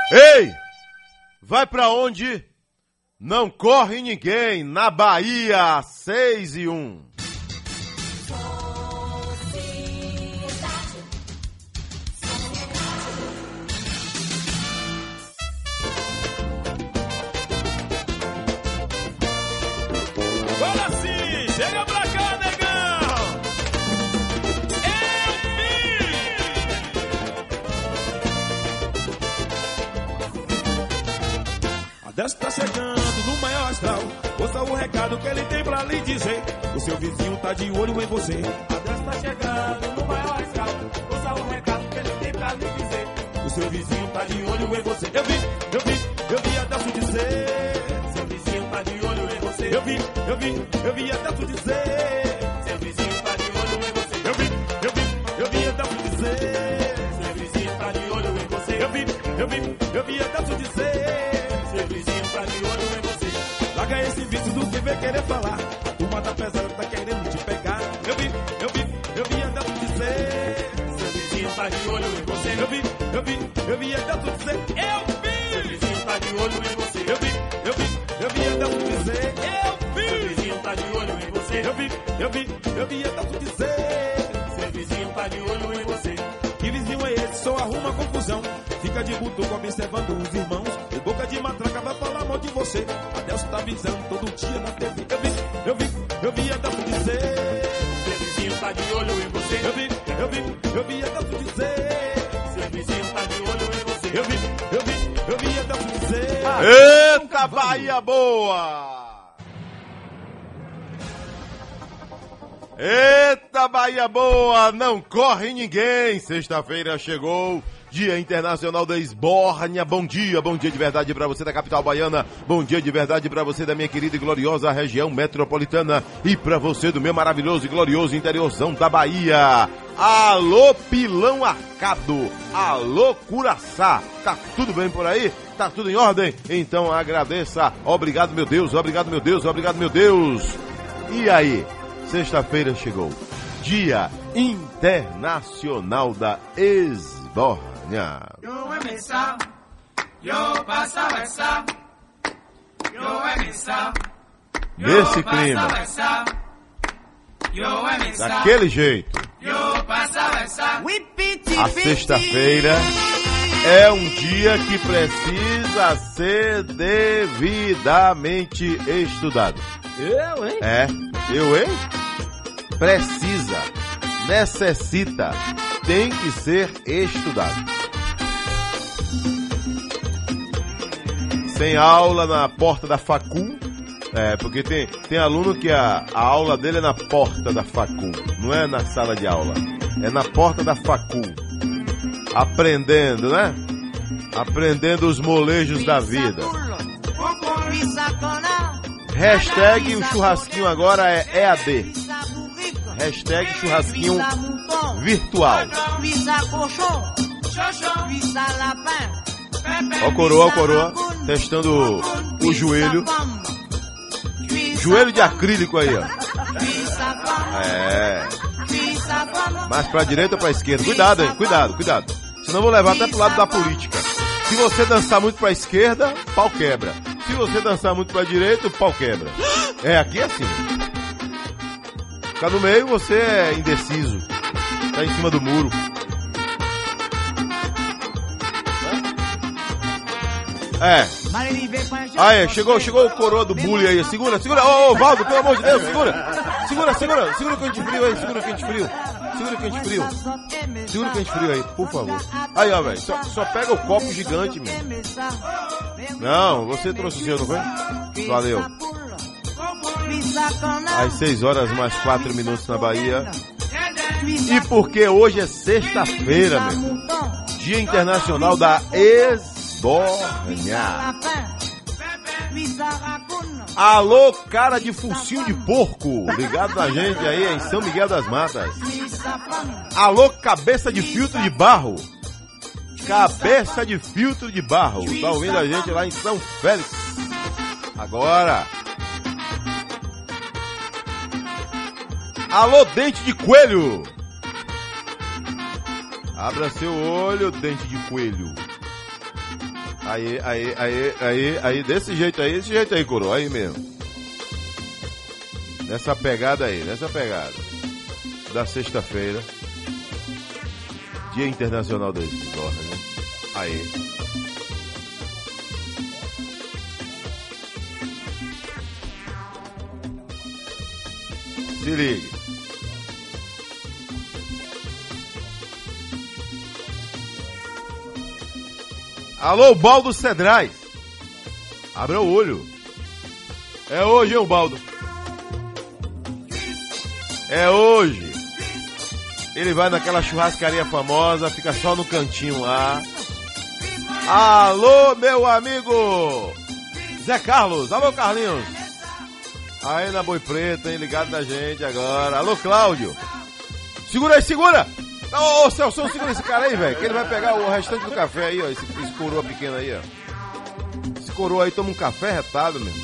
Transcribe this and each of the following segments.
Ei! Vai pra onde? Não corre ninguém, na Bahia, 6-1. Agora sim, chega pra cá, negão! A Deus tá chegando no maior astral. Ouça o recado que ele tem pra lhe dizer. O seu vizinho tá de olho em você. A Deus tá chegando no maior astral. Ouça o recado que ele tem pra lhe dizer. O seu vizinho tá de olho em você. Eu vi a Deus dizer. Seu vizinho tá de olho em você. Eu vi a Deus dizer. Seu vizinho tá de olho em você. Eu vi a Deus dizer. Seu vizinho tá de olho em você. Eu vi a Deus dizer. Seu vizinho tá de olho em você. Larga esse vício do que vem querer falar. A turma tá pesada, tá querendo te pegar. Eu vi a Deus dizer. Seu vizinho tá de olho em você. Eu vi a Deus dizer. Seu vizinho tá de olho em você. Eu vi a Deus dizer. Seu vizinho tá de olho em você. Eu vi a Deus dizer. Seu vizinho tá de olho em você. Que vizinho é esse? Só arruma confusão. Fica de butuco observando os irmãos. O boca de matraca vai falar mal de você. A Deus tá avisando todo dia na TV. Eu vi a Deus dizer. Seu vizinho tá de olho em você. Eu vi a Deus dizer. Seu vizinho tá de olho em você. Eu vi a Deus dizer. Eita, Bahia boa! Eita, Bahia boa! Não corre ninguém! Sexta-feira chegou. Dia Internacional da Esbórnia. Bom dia de verdade pra você da capital baiana. Bom dia de verdade pra você da minha querida e gloriosa região metropolitana. E pra você do meu maravilhoso e glorioso interiorzão da Bahia. Alô, Pilão Arcado. Alô, Curaçá. Tá tudo bem por aí? Tá tudo em ordem? Então agradeça. Obrigado, meu Deus. Obrigado, meu Deus. Obrigado, meu Deus. E aí? Sexta-feira chegou. Dia Internacional da Esbórnia. Nesse clima, daquele jeito, a sexta-feira é um dia que precisa ser devidamente estudado. Eu, hein? Eu, hein? Precisa, necessita, tem que ser estudado. Sem aula na porta da facul, porque tem aluno que a aula dele é na porta da facul, não é na sala de aula, é na porta da facul, aprendendo, né? Aprendendo os molejos da vida. Hashtag o churrasquinho agora é EAD. Hashtag churrasquinho virtual. Ó o coroa, testando o joelho. Joelho de acrílico aí, ó. Mais pra direita ou pra esquerda? Cuidado, hein? Cuidado. Senão eu vou levar até pro lado da política. Se você dançar muito pra esquerda, pau quebra. Se você dançar muito pra direita, o pau quebra. Aqui é assim. Ficar no meio, você é indeciso. Tá em cima do muro. Aí, chegou o coroa do bullying aí. Segura. Ô, Valdo, pelo amor de Deus, segura. Segura o quente frio aí, segura o quente frio aí, por favor. Aí, ó, velho, só pega o copo gigante, meu. Não, você trouxe o seu, não foi? Valeu. Às 6 horas mais 4 minutos na Bahia. E porque hoje é sexta-feira, meu. Dia Internacional da Esbórnia. Alô, cara de focinho de porco, ligado na gente aí em São Miguel das Matas. Alô, cabeça de filtro de barro. Cabeça de filtro de barro. Tá ouvindo a gente lá em São Félix. Agora. Alô, dente de coelho. Abra seu olho, dente de coelho. Aí, desse jeito aí, coroa, aí mesmo. Nessa pegada da sexta-feira, Dia Internacional da Esporte, né? Aí. Se ligue. Alô, Baldo Cedrais. Abra o olho. É hoje, hein, Baldo? É hoje. Ele vai naquela churrascaria famosa, fica só no cantinho lá. Alô, meu amigo Zé Carlos. Alô, Carlinhos. Aí na Boi Preta, hein, ligado na gente agora. Alô, Cláudio. Segura aí, segura. Ô, Celso, segura esse cara aí, velho, que ele vai pegar o restante do café aí, ó. Esse coroa pequeno aí, ó. Esse coroa aí toma um café retado, meu.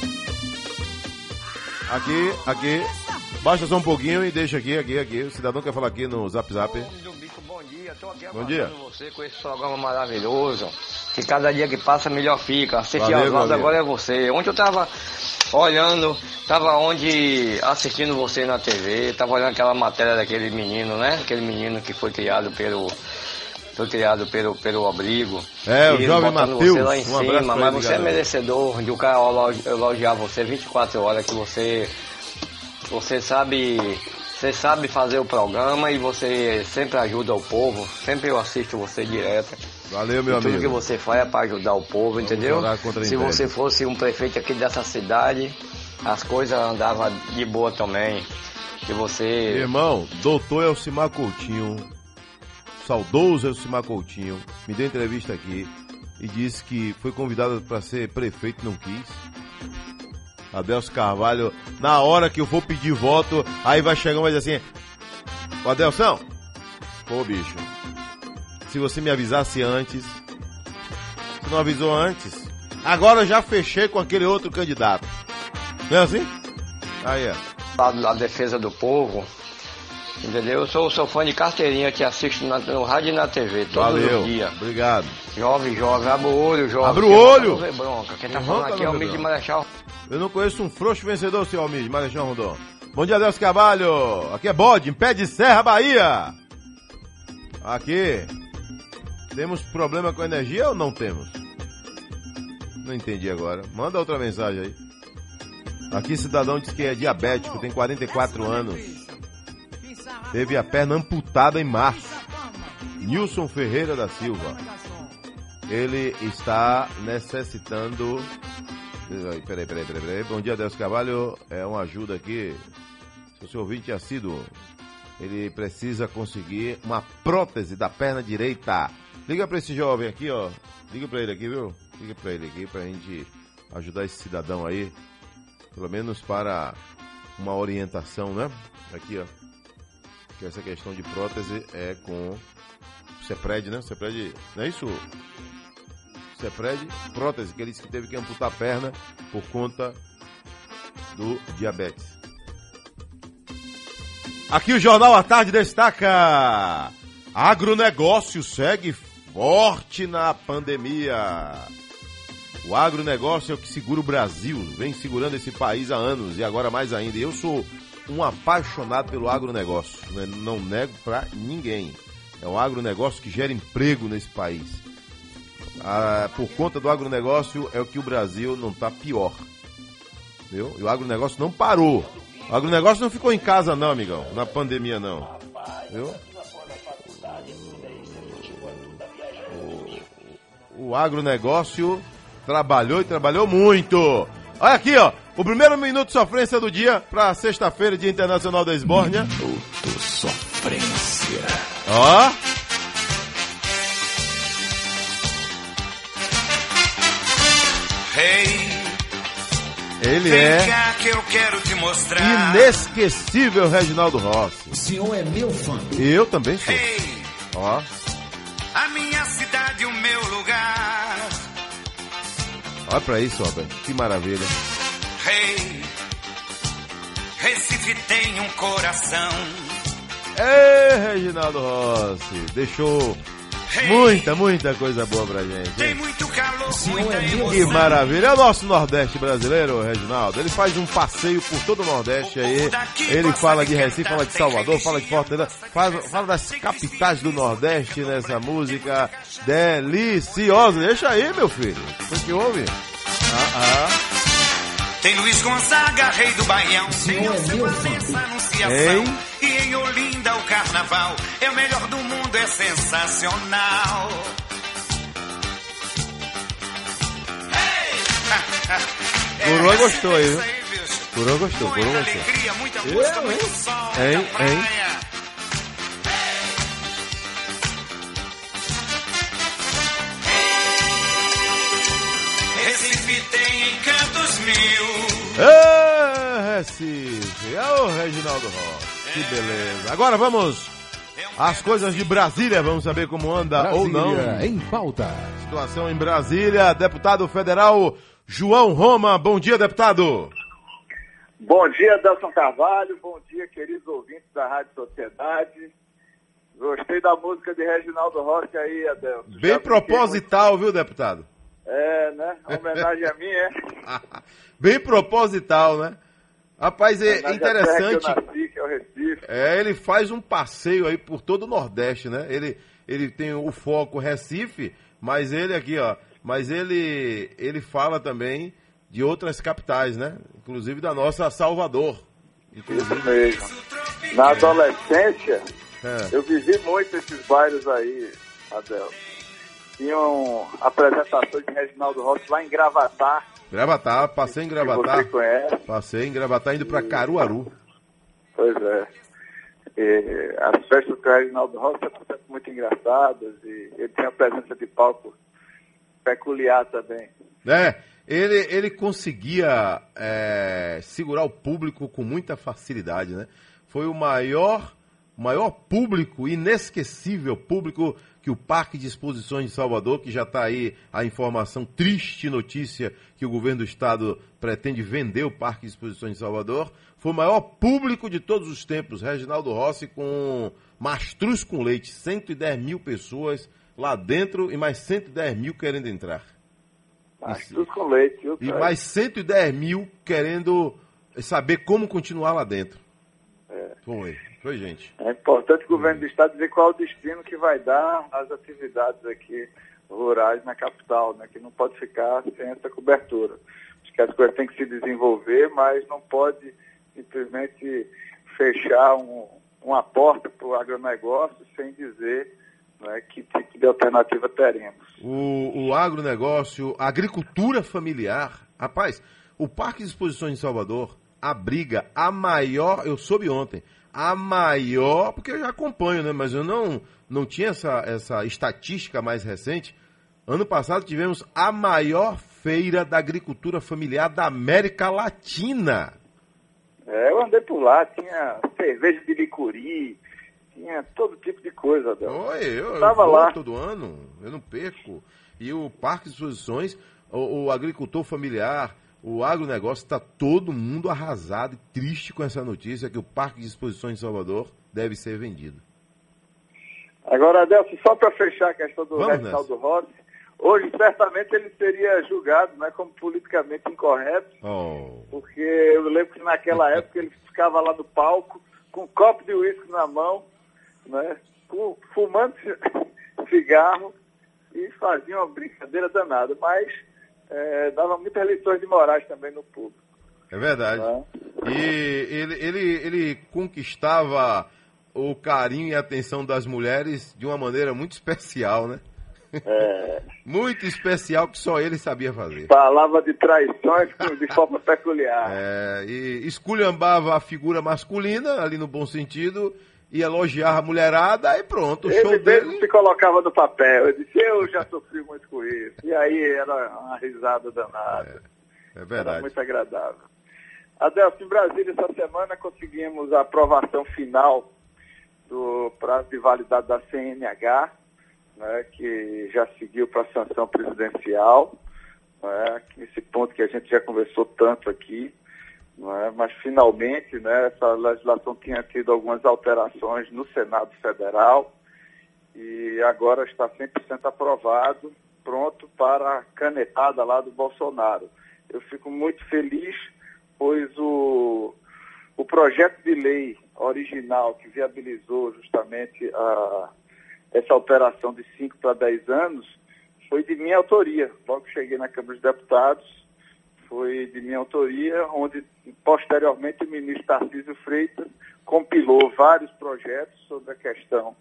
Aqui. Baixa só um pouquinho e deixa aqui. O cidadão quer falar aqui no Zap Zap. Bom dia, tô aqui aguardando você com esse programa maravilhoso. Que cada dia que passa melhor fica. Assistir valeu, aos lados agora é você. Ontem eu tava olhando, assistindo você na TV, tava olhando aquela matéria daquele menino, né? Aquele menino que foi criado pelo abrigo. O jovem Matheus. Você lá em cima, mas você é merecedor de o cara elogiar você 24 horas, que você sabe fazer o programa e você sempre ajuda o povo. Sempre eu assisto você direto. Valeu, meu amigo. Tudo que você faz é para ajudar o povo, entendeu? Se você fosse um prefeito aqui dessa cidade, as coisas andavam de boa também. Que você... Irmão, doutor Elcimar Coutinho, saudoso Elcimar Coutinho, me deu entrevista aqui e disse que foi convidado para ser prefeito e não quis. Adelso Carvalho, na hora que eu for pedir voto, aí vai chegar mais assim: ô Adelson, pô, bicho, se você me avisasse antes, você não avisou antes, agora eu já fechei com aquele outro candidato. Não é assim? Aí é. A defesa do povo, entendeu? Eu sou fã de carteirinha que assisto no rádio e na TV todos os dias. Obrigado. Jovem, abre o olho, jovem. Abre o olho! Quem tá falando aqui é o Almir de Marechal. Eu não conheço um frouxo vencedor, seu Almir de Marechal Rondon. Bom dia, Adelso Carvalho. Aqui é Bode, em Pé de Serra, Bahia. Aqui. Temos problema com energia ou não temos? Não entendi agora. Manda outra mensagem aí. Aqui, cidadão diz que é diabético, tem 44 anos. Teve a perna amputada em março. Nilson Ferreira da Silva. Ele está necessitando... Peraí. Bom dia, Adelso Carvalho. É uma ajuda aqui. Se o seu ouvinte é assíduo, ele precisa conseguir uma prótese da perna direita. Liga pra esse jovem aqui, ó. Liga pra ele aqui, viu? Liga pra ele aqui pra gente ajudar esse cidadão aí. Pelo menos para uma orientação, né? Aqui, ó. Que essa questão de prótese é com o CEPRED, né? CEPRED, não é isso? CEPRED, prótese, que ele disse que teve que amputar a perna por conta do diabetes. Aqui o Jornal à Tarde destaca: agronegócio segue forte na pandemia. O agronegócio é o que segura o Brasil, vem segurando esse país há anos e agora mais ainda. Eu sou um apaixonado pelo agronegócio, né? Não nego pra ninguém. É o agronegócio que gera emprego nesse país. Por conta do agronegócio é o que o Brasil não tá pior. Viu? E o agronegócio não parou. O agronegócio não ficou em casa não, amigão, na pandemia não. Viu? O agronegócio trabalhou e trabalhou muito. Olha aqui, ó, o primeiro minuto de sofrência do dia para sexta-feira, Dia Internacional da Esbórnia. Minuto sofrência. Ó. Ele é que eu quero te mostrar. Inesquecível Reginaldo Rossi. O senhor é meu fã. Eu também sou. Hey, ó. A minha cidade, o meu lugar. Olha pra isso, Robert. Que maravilha. Hey, Recife tem um coração. Reginaldo Rossi. Deixou muita coisa boa pra gente. Tem muito calor. Que maravilha. É o nosso Nordeste brasileiro, Reginaldo. Ele faz um passeio por todo o Nordeste aí. Ele fala de Recife, fala de Salvador, fala de Fortaleza, fala das capitais do Nordeste nessa música deliciosa. Deixa aí, meu filho. O que houve? Tem Luiz Gonzaga, rei do Baião. Tem Alceu Valença, Anunciação. E em Olinda o carnaval é o melhor do mundo, é sensacional. Coroa gostou aí, viu? Coroa gostou. Alegria, muita música, muito sol, muita praia. Recife tem encantos mil. Recife, é o Reginaldo Rossi. Que beleza. Agora vamos às coisas de Brasília. Vamos saber como anda Brasília ou não. Em pauta. Situação em Brasília. Deputado federal João Roma. Bom dia, deputado. Bom dia, Adelson Carvalho. Bom dia, queridos ouvintes da Rádio Sociedade. Gostei da música de Reginaldo Rossi aí, Adelson. Bem proposital, viu, deputado? É, né? A homenagem a mim, é? Bem proposital, né? Rapaz, é interessante. Que eu nasci, que é o Recife. Ele faz um passeio aí por todo o Nordeste, né? Ele tem o foco Recife, mas ele aqui, ó. Mas ele fala também de outras capitais, né? Inclusive da nossa Salvador. Isso mesmo. Na adolescência, eu vivi muito esses bairros aí, Adelson. Tinham apresentações de Reginaldo Rossi lá em Gravatar. Passei em Gravatar. Você conhece? Passei em Gravatar indo para Caruaru. Pois é. E as festas do Reginaldo Rossi são sempre muito engraçadas e ele tem uma presença de palco peculiar também. Ele conseguia segurar o público com muita facilidade, né? Foi o maior público, inesquecível público que o Parque de Exposições de Salvador, que já está aí a informação, triste notícia que o governo do estado pretende vender o Parque de Exposições de Salvador, foi o maior público de todos os tempos. Reginaldo Rossi com mastruz com leite, 110 mil pessoas lá dentro e mais 110 mil querendo entrar. Mastruz com leite, viu? E mais 110 mil querendo saber como continuar lá dentro. Foi, gente. É importante o governo do estado dizer qual é o destino que vai dar às atividades aqui rurais na capital, né? Que não pode ficar sem essa cobertura. Acho que as coisas têm que se desenvolver, mas não pode simplesmente fechar uma porta para o agronegócio sem dizer, né, que tipo de alternativa teremos. O agronegócio, a agricultura familiar, rapaz, o Parque de Exposições de Salvador abriga a maior, eu soube ontem, a maior, porque eu já acompanho, né? Mas eu não tinha essa estatística mais recente. Ano passado tivemos a maior feira da agricultura familiar da América Latina. Eu andei por lá, tinha cerveja de licuri, tinha todo tipo de coisa, Adel. Eu estava vou lá todo ano, eu não perco. E o Parque de Exposições, o agricultor familiar, o agronegócio, está todo mundo arrasado e triste com essa notícia que o Parque de Exposições de Salvador deve ser vendido. Agora, Adelson, só para fechar a questão do Reginaldo Rossi, hoje certamente ele seria julgado, né, como politicamente incorreto, porque eu lembro que naquela época ele ficava lá no palco com um copo de uísque na mão, né, fumando cigarro e fazia uma brincadeira danada, mas dava muitas lições de morais também no público. É verdade. E ele conquistava o carinho e a atenção das mulheres de uma maneira muito especial, né? Muito especial, que só ele sabia fazer. Falava de traições de forma peculiar. E esculhambava a figura masculina, ali no bom sentido, e elogiava a mulherada, aí pronto, o show dele... Ele se colocava no papel, eu disse, eu já sofri muito com isso. E aí era uma risada danada. É verdade. Era muito agradável. Adelson, em Brasília, essa semana conseguimos a aprovação final do prazo de validade da CNH, né, que já seguiu para a sanção presidencial, né, esse ponto que a gente já conversou tanto aqui, né, mas finalmente, né, essa legislação tinha tido algumas alterações no Senado Federal e agora está 100% aprovado, pronto para a canetada lá do Bolsonaro. Eu fico muito feliz, pois o projeto de lei original que viabilizou justamente essa alteração de 5 para 10 anos foi de minha autoria. Logo que cheguei na Câmara dos Deputados, foi de minha autoria, onde posteriormente o ministro Tarcísio Freitas compilou vários projetos sobre a questão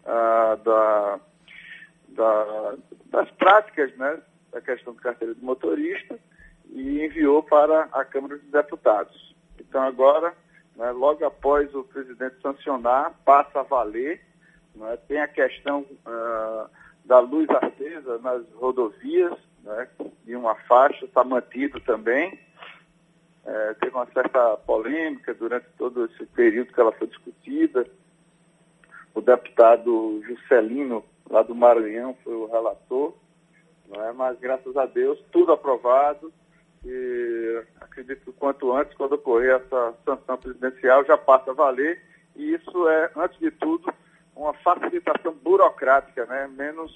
das práticas, né, da questão de carteira de motorista, e enviou para a Câmara dos Deputados. Então agora, né, logo após o presidente sancionar, passa a valer, né, tem a questão da luz acesa nas rodovias, né, de uma faixa, está mantido também. Teve uma certa polêmica durante todo esse período que ela foi discutida. O deputado Juscelino, lá do Maranhão, foi o relator, né, mas graças a Deus, tudo aprovado. E acredito que quanto antes, quando ocorrer essa sanção presidencial, já passa a valer. E isso é, antes de tudo, uma facilitação burocrática, né? Menos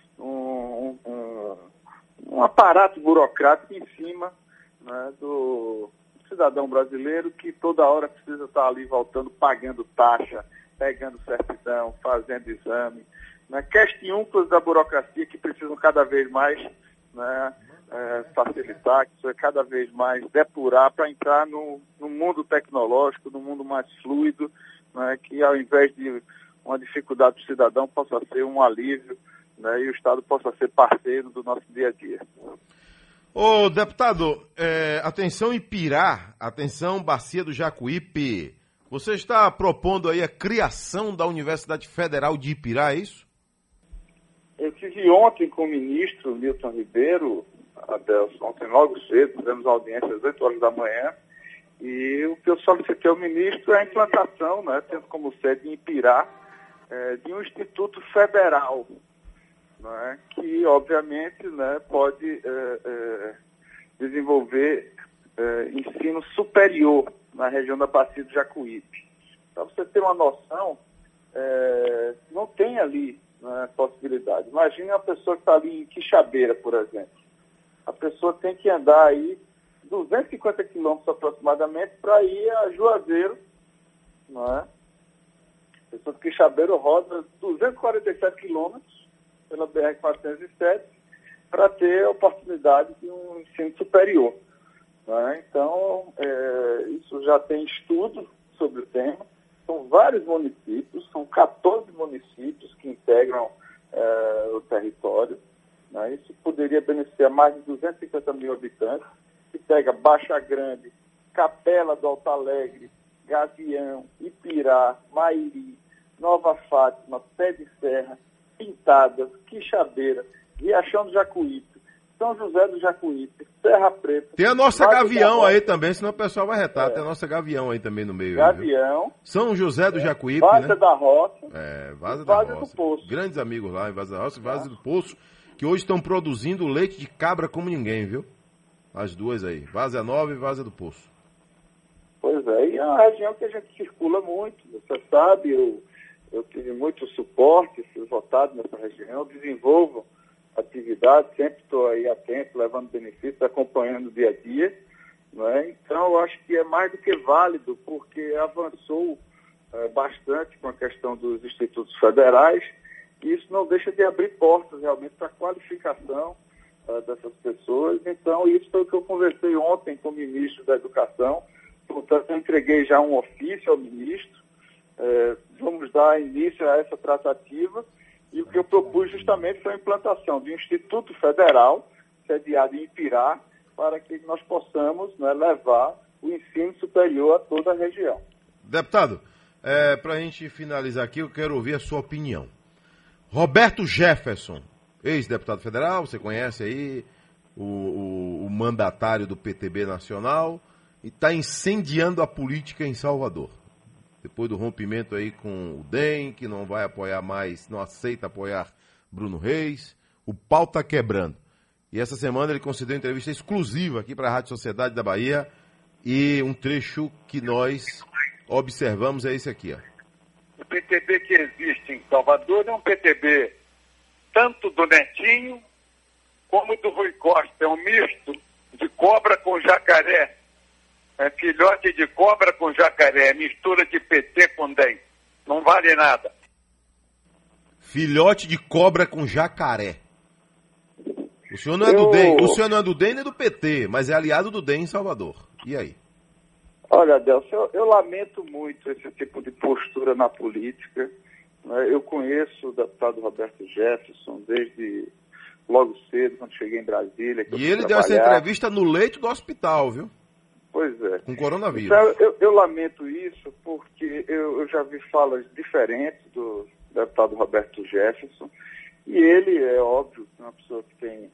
um aparato burocrático em cima, né, do cidadão brasileiro que toda hora precisa estar ali voltando, pagando taxa, pegando certidão, fazendo exame, né? Questões da burocracia que precisam cada vez mais, né, facilitar, que isso é cada vez mais depurar para entrar no mundo tecnológico, no mundo mais fluido, né, que ao invés de uma dificuldade do cidadão possa ser um alívio, né, e o Estado possa ser parceiro do nosso dia a dia. Ô, deputado, atenção Ipirá, atenção Bacia do Jacuípe. Você está propondo aí a criação da Universidade Federal de Ipirá, é isso? Eu estive ontem com o ministro Milton Ribeiro, Adelson, ontem logo cedo, fizemos audiência às 8 horas da manhã, e o que eu solicitei ao ministro é a implantação, né, tendo como sede em Ipirá, de um instituto federal, né, que obviamente, né, pode desenvolver ensino superior na região da Bacia do Jacuípe. Para você ter uma noção, não tem ali, né, possibilidade. Imagine uma pessoa que está ali em Quixabeira, por exemplo. A pessoa tem que andar aí 250 quilômetros aproximadamente para ir a Juazeiro, não é? A pessoa de Quixabeira roda 247 quilômetros pela BR-407 para ter a oportunidade de um ensino superior, não é? Então, isso já tem estudo sobre o tema. São vários municípios, são 14 municípios que integram o território, né? Isso poderia beneficiar mais de 250 mil habitantes, que pega Baixa Grande, Capela do Alto Alegre, Gavião, Ipirá, Mairi, Nova Fátima, Pé de Serra, Pintadas, Quixabeira, Riachão do Jacuípe, São José do Jacuípe, Serra Preta. Tem a nossa Gavião aí também, senão o pessoal vai retar. Tem a nossa Gavião aí também no meio. Gavião. Aí, São José do Jacuípe, Várzea, né? da Roça. Várzea da Roça. Do Poço. Grandes amigos lá em Várzea da Roça e Várzea do Poço, que hoje estão produzindo leite de cabra como ninguém, viu? As duas aí, Várzea Nova e Várzea do Poço. Pois é, e é uma região que a gente circula muito, você sabe, eu tive muito suporte, fui votado nessa região, desenvolvo atividade, sempre estou aí atento, levando benefícios, acompanhando o dia a dia, né? Então eu acho que é mais do que válido, porque avançou bastante com a questão dos institutos federais, e isso não deixa de abrir portas realmente para a qualificação dessas pessoas. Então isso foi o que eu conversei ontem com o ministro da Educação, portanto eu entreguei já um ofício ao ministro, vamos dar início a essa tratativa, e o que eu propus justamente foi a implantação de um Instituto Federal, sediado em Ipirá, para que nós possamos, né, levar o ensino superior a toda a região. Deputado, para a gente finalizar aqui, eu quero ouvir a sua opinião. Roberto Jefferson, ex-deputado federal, você conhece aí, o mandatário do PTB nacional, e está incendiando a política em Salvador. Depois do rompimento aí com o DEM, que não vai apoiar mais, não aceita apoiar Bruno Reis, o pau está quebrando. E essa semana ele concedeu entrevista exclusiva aqui para a Rádio Sociedade da Bahia, e um trecho que nós observamos é esse aqui, ó. O PTB que existe em Salvador é um PTB tanto do Netinho como o do Rui Costa, é um misto de cobra com jacaré. É filhote de cobra com jacaré, mistura de PT com DEM. Não vale nada. Filhote de cobra com jacaré. O senhor não é do DEM, o senhor não é do DEM nem do PT, mas é aliado do DEM em Salvador. E aí? Olha, Adelson, eu lamento muito esse tipo de postura na política. Eu conheço o deputado Roberto Jefferson desde logo cedo, quando cheguei em Brasília. E ele deu essa entrevista no leito do hospital, viu? Pois é. Com coronavírus. Então, eu lamento isso porque eu já vi falas diferentes do deputado Roberto Jefferson. E ele, é óbvio, é uma pessoa que tem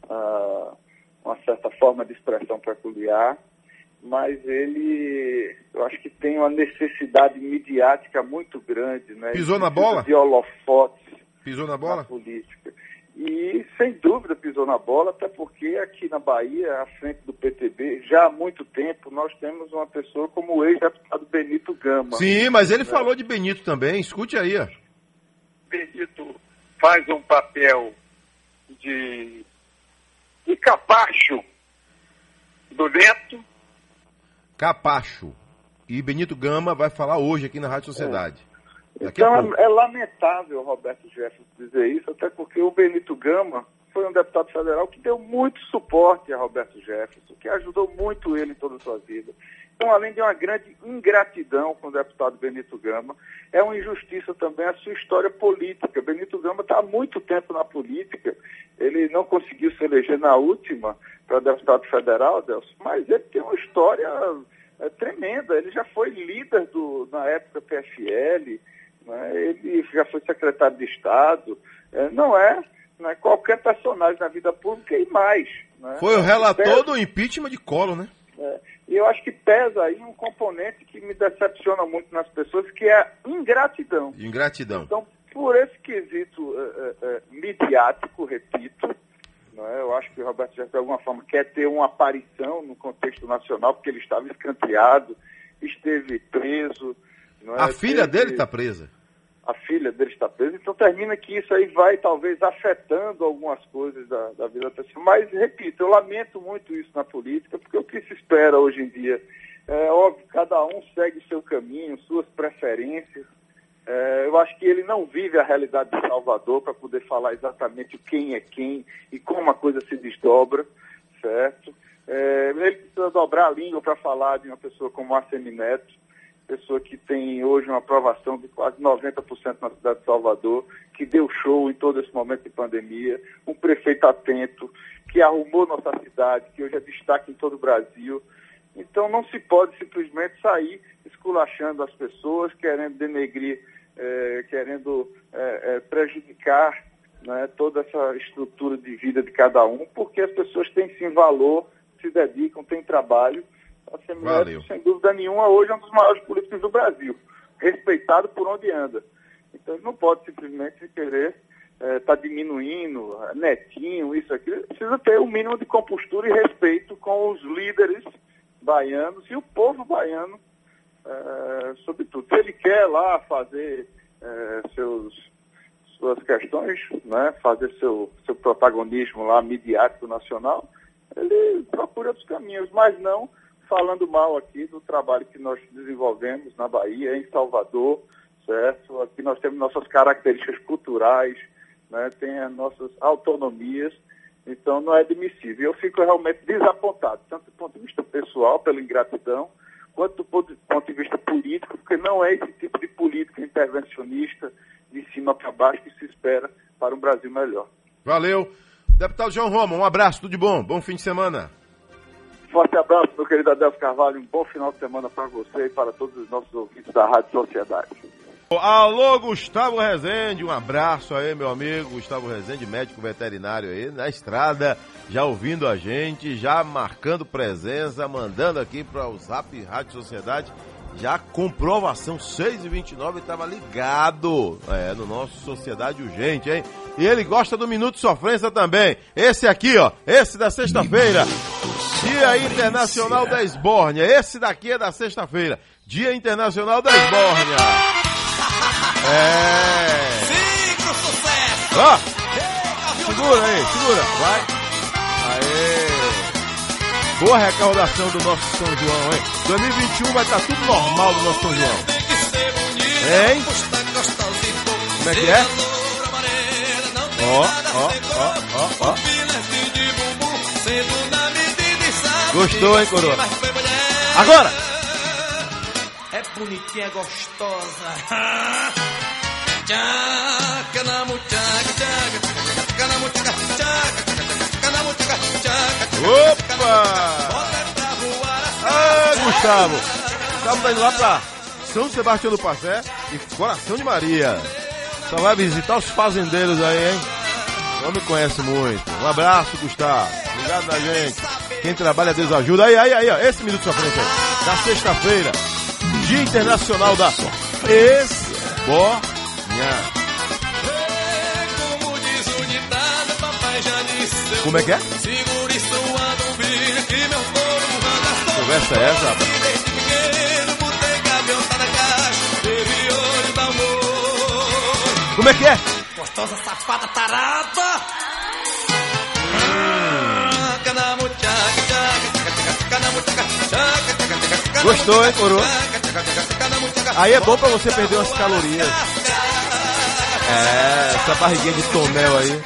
uma certa forma de expressão peculiar, mas ele, eu acho que tem uma necessidade midiática muito grande, né? Pisou na bola? De holofotes. Pisou na bola? Na política. E, sem dúvida, pisou na bola, até porque aqui na Bahia, à frente do PTB, já há muito tempo, nós temos uma pessoa como o ex-deputado Benito Gama. Sim, mas ele falou de Benito também, escute aí. Ó. Benito faz um papel de capacho do Neto. Capacho. E Benito Gama vai falar hoje aqui na Rádio Sociedade. Então é lamentável, Roberto Jefferson, dizer isso, até porque o Benito Gama foi um deputado federal que deu muito suporte a Roberto Jefferson, que ajudou muito ele em toda a sua vida. Então, além de uma grande ingratidão com o deputado Benito Gama, é uma injustiça também a sua história política. Benito Gama está há muito tempo na política, ele não conseguiu se eleger na última para deputado federal, Adelson, mas ele tem uma história tremenda. Ele já foi líder na época PFL, né? Ele já foi secretário de Estado, não é qualquer personagem na vida pública e mais. Né? Foi o relator do impeachment de Collor, né? E eu acho que pesa aí um componente que me decepciona muito nas pessoas, que é a ingratidão. Ingratidão. Então, por esse quesito midiático, repito, eu acho que o Roberto Jefferson, de alguma forma, quer ter uma aparição no contexto nacional, porque ele estava escanteado, esteve preso. A filha dele está presa. A filha dele está presa, então termina que isso aí vai talvez afetando algumas coisas da vida pessoal. Mas, repito, eu lamento muito isso na política, porque o que se espera hoje em dia é óbvio, cada um segue seu caminho, suas preferências. Eu acho que ele não vive a realidade de Salvador para poder falar exatamente quem é quem e como a coisa se desdobra, certo? Ele precisa dobrar a língua para falar de uma pessoa como Assemi Neto, pessoa que tem hoje uma aprovação de quase 90% na cidade de Salvador, que deu show em todo esse momento de pandemia, um prefeito atento, que arrumou nossa cidade, que hoje é destaque em todo o Brasil. Então não se pode simplesmente sair esculachando as pessoas, querendo denegrir, querendo prejudicar, né, toda essa estrutura de vida de cada um, porque as pessoas têm sim valor, se dedicam, têm trabalho. A Semineto, sem dúvida nenhuma, hoje é um dos maiores políticos do Brasil, respeitado por onde anda. Então ele não pode simplesmente querer estar diminuindo, netinho, isso aqui. Ele precisa ter o mínimo de compostura e respeito com os líderes baianos e o povo baiano, sobretudo. Se ele quer lá fazer suas questões, né, fazer seu protagonismo lá midiático nacional, ele procura outros caminhos, mas não falando mal aqui do trabalho que nós desenvolvemos na Bahia, em Salvador, certo? Aqui nós temos nossas características culturais, né? Tem as nossas autonomias, então não é admissível. Eu fico realmente desapontado, tanto do ponto de vista pessoal, pela ingratidão, quanto do ponto de vista político, porque não é esse tipo de política intervencionista, de cima para baixo, que se espera para um Brasil melhor. Valeu. Deputado João Roma, um abraço, tudo de bom, bom fim de semana. Forte abraço, meu querido Adelson Carvalho, um bom final de semana para você e para todos os nossos ouvintes da Rádio Sociedade. Alô, Gustavo Rezende, um abraço aí, meu amigo Gustavo Rezende, médico veterinário aí, na estrada, já ouvindo a gente, já marcando presença, mandando aqui para o Zap Rádio Sociedade, já comprovação, 6h29, estava ligado, no nosso Sociedade Urgente, hein? E ele gosta do Minuto Sofrência também, esse aqui, ó, esse da sexta-feira, Dia Internacional da Esbórnia, esse daqui é da sexta-feira, Dia Internacional da Esbórnia. Sim, pro sucesso! Ó, segura aí, segura, vai. Boa recaudação do nosso São João, hein? 2021 vai estar tudo normal do nosso São João. Hein? Como é que é? Ó. Gostou, hein, coroa? Agora! É bonitinha, é gostosa. Opa! Ah, Gustavo! Estamos indo lá pra São Sebastião do Passé e Coração de Maria. Só vai visitar os fazendeiros aí, hein? Não me conhece muito. Um abraço, Gustavo. Obrigado na gente. Quem trabalha, Deus ajuda. Aí, ó. Esse minuto sua frente aí. Da sexta-feira. Dia Internacional da Esbórnia. Como é que é? Conversa é essa, rapaz? Como é que é? Gostosa, safada, tarada. Gostou, hein, coroa? Aí é bom pra você perder umas calorias. Essa barriguinha de tonel aí.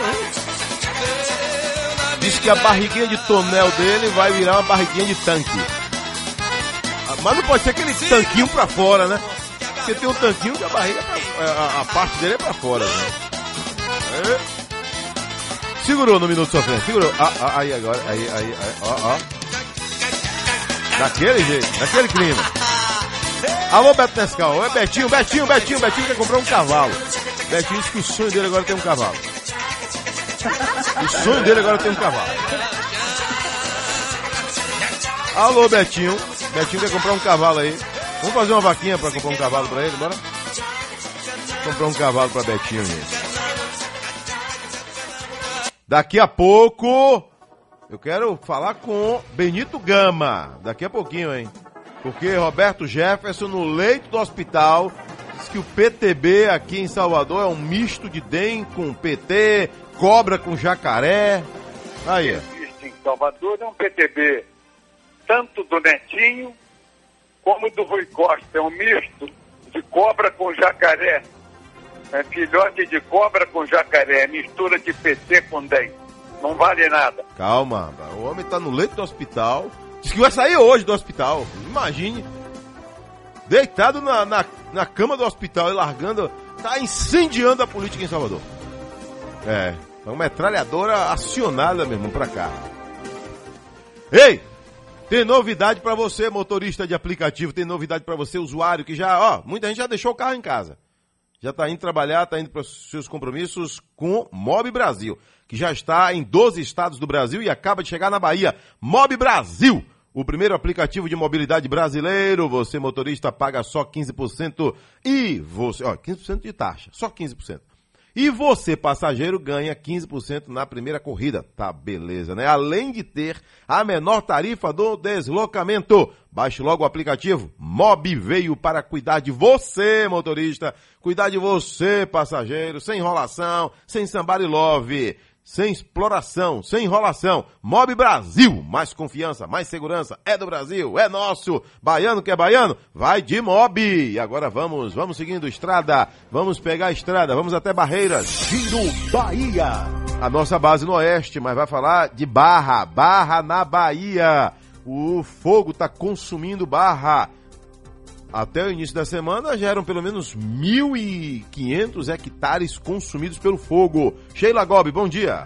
Diz que a barriguinha de tonel dele vai virar uma barriguinha de tanque. Mas não pode ser aquele tanquinho pra fora, né? Porque tem um tanquinho que a barriga, a parte dele é pra fora, né? Segurou no minuto sua frente, segurou. Aí agora, aí, ó. Daquele jeito, daquele clima. Alô, Beto Nescau, é Betinho quer comprar um cavalo. Betinho disse que o sonho dele agora é ter um cavalo. O sonho dele agora é ter um cavalo. Alô, Betinho quer comprar um cavalo aí. Vamos fazer uma vaquinha pra comprar um cavalo pra ele, bora? Comprar um cavalo pra Betinho, gente. Daqui a pouco, eu quero falar com Benito Gama. Daqui a pouquinho, hein? Porque Roberto Jefferson, no leito do hospital, diz que o PTB aqui em Salvador é um misto de DEM com PT, cobra com jacaré. Aí. Existe em Salvador é um PTB tanto do Netinho como do Rui Costa. É um misto de cobra com jacaré. É filhote de cobra com jacaré. Mistura de PT com DEM. Não vale nada. Calma, o homem tá no leito do hospital. Diz que vai sair hoje do hospital. Imagine. Deitado na cama do hospital e largando. Tá incendiando a política em Salvador. É uma metralhadora acionada, meu irmão, pra cá. Ei! Tem novidade pra você, motorista de aplicativo. Tem novidade pra você, usuário, que já, muita gente já deixou o carro em casa. Já tá indo trabalhar, tá indo para os seus compromissos com Mob Brasil, que já está em 12 estados do Brasil e acaba de chegar na Bahia. Mob Brasil, o primeiro aplicativo de mobilidade brasileiro. Você, motorista, paga só 15% e você, 15% de taxa, só 15%. E você, passageiro, ganha 15% na primeira corrida. Tá beleza, né? Além de ter a menor tarifa do deslocamento. Baixe logo o aplicativo. Mob veio para cuidar de você, motorista. Cuidar de você, passageiro. Sem enrolação, sem somebody love. Sem exploração, sem enrolação. Mob Brasil, mais confiança, mais segurança. É do Brasil, é nosso. Baiano que é baiano, vai de Mob. E agora vamos seguindo estrada. Vamos pegar a estrada, vamos até Barreiras. Giro Bahia. A nossa base no oeste, mas vai falar de Barra na Bahia. O fogo está consumindo Barra. Até o início da semana já eram pelo menos 1.500 hectares consumidos pelo fogo. Sheila Gobi, bom dia.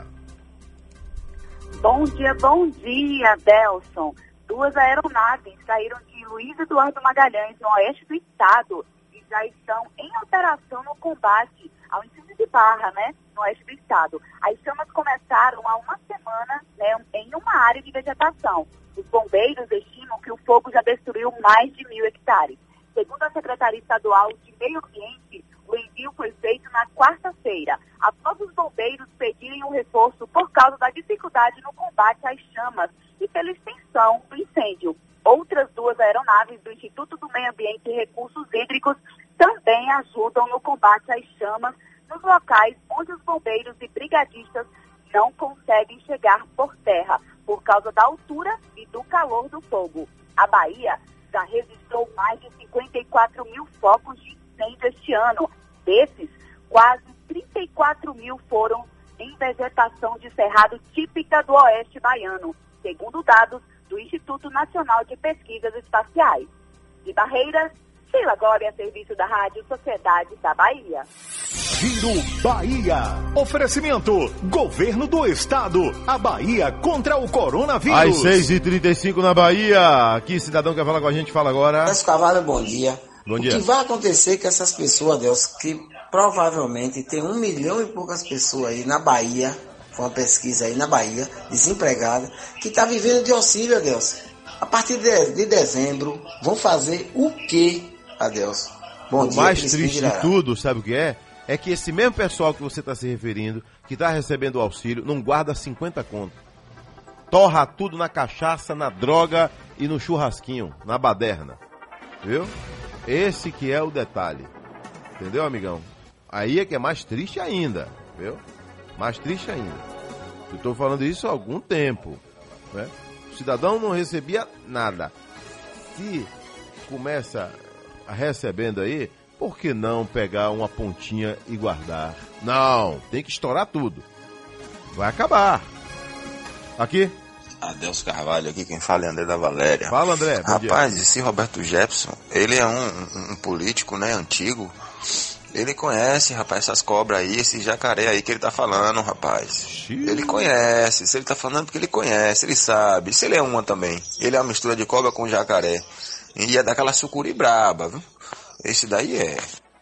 Bom dia, Delson. 2 aeronaves saíram de Luiz Eduardo Magalhães, no oeste do estado, e já estão em operação no combate ao incêndio de Barra, no oeste do estado. As chamas começaram há uma semana, em uma área de vegetação. Os bombeiros estimam que o fogo já destruiu mais de 1.000 hectares. Segundo a Secretaria Estadual de Meio Ambiente, o envio foi feito na quarta-feira, após os bombeiros pedirem um reforço por causa da dificuldade no combate às chamas e pela extensão do incêndio. Outras 2 aeronaves do Instituto do Meio Ambiente e Recursos Hídricos também ajudam no combate às chamas nos locais onde os bombeiros e brigadistas não conseguem chegar por terra por causa da altura e do calor do fogo. A Bahia já registrou mais de 54 mil focos de incêndio este ano. Desses, quase 34 mil foram em vegetação de cerrado típica do oeste baiano, segundo dados do Instituto Nacional de Pesquisas Espaciais. De Barreiras, Sheila Glória, serviço da Rádio Sociedade da Bahia. Giro Bahia. Oferecimento: Governo do Estado. A Bahia contra o coronavírus. Às 6h35 na Bahia. Aqui, cidadão quer falar com a gente, fala agora. Décio Carvalho, bom dia. Bom dia. O que vai acontecer com essas pessoas, Deus, que provavelmente tem 1 milhão e poucas pessoas aí na Bahia, foi uma pesquisa aí na Bahia, desempregada, que está vivendo de auxílio, Deus. A partir de dezembro, vão fazer o quê, Adeus? Bom dia. O mais triste de tudo, sabe o que é? É que esse mesmo pessoal que você está se referindo, que está recebendo o auxílio, não guarda 50 conto. Torra tudo na cachaça, na droga e no churrasquinho, na baderna. Viu? Esse que é o detalhe. Entendeu, amigão? Aí é que é mais triste ainda, viu? Mais triste ainda. Eu estou falando isso há algum tempo, né? O cidadão não recebia nada. Se começa recebendo aí, por que não pegar uma pontinha e guardar? Não, tem que estourar tudo. Vai acabar. Aqui. Adelso Carvalho aqui, quem fala é André da Valéria. Fala, André. Rapaz, esse Roberto Jefferson, ele é um político, né, antigo. Ele conhece, rapaz, essas cobras aí, esse jacaré aí que ele tá falando, rapaz. Xiii. Ele conhece, se ele tá falando porque ele conhece, ele sabe. Se ele é uma também, ele é uma mistura de cobra com jacaré. E é daquela sucuri braba, viu? Esse daí é.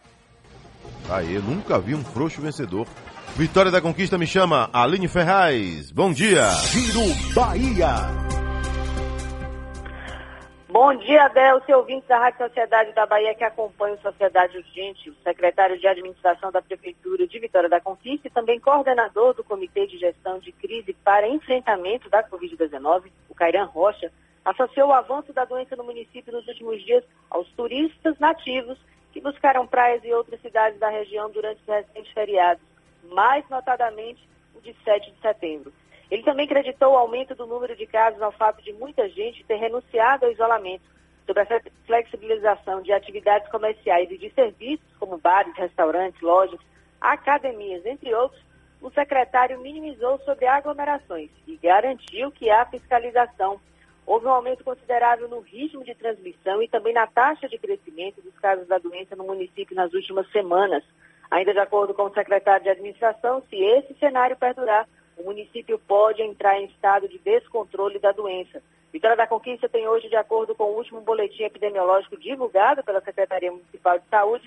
Aí, eu nunca vi um frouxo vencedor. Vitória da Conquista me chama, Aline Ferraz. Bom dia. Giro Bahia. Bom dia, Adelso, ouvintes da Rádio Sociedade da Bahia que acompanha o Sociedade Urgente, o secretário de Administração da Prefeitura de Vitória da Conquista e também coordenador do Comitê de Gestão de Crise para Enfrentamento da Covid-19, o Cairan Rocha, associou o avanço da doença no município nos últimos dias aos turistas nativos que buscaram praias e outras cidades da região durante os recentes feriados, mais notadamente o de 7 de setembro. Ele também creditou o aumento do número de casos ao fato de muita gente ter renunciado ao isolamento. Sobre a flexibilização de atividades comerciais e de serviços, como bares, restaurantes, lojas, academias, entre outros, o secretário minimizou sobre aglomerações e garantiu que há fiscalização. Houve um aumento considerável no ritmo de transmissão e também na taxa de crescimento dos casos da doença no município nas últimas semanas. Ainda de acordo com o secretário de Administração, se esse cenário perdurar, o município pode entrar em estado de descontrole da doença. Vitória da Conquista tem hoje, de acordo com o último boletim epidemiológico divulgado pela Secretaria Municipal de Saúde,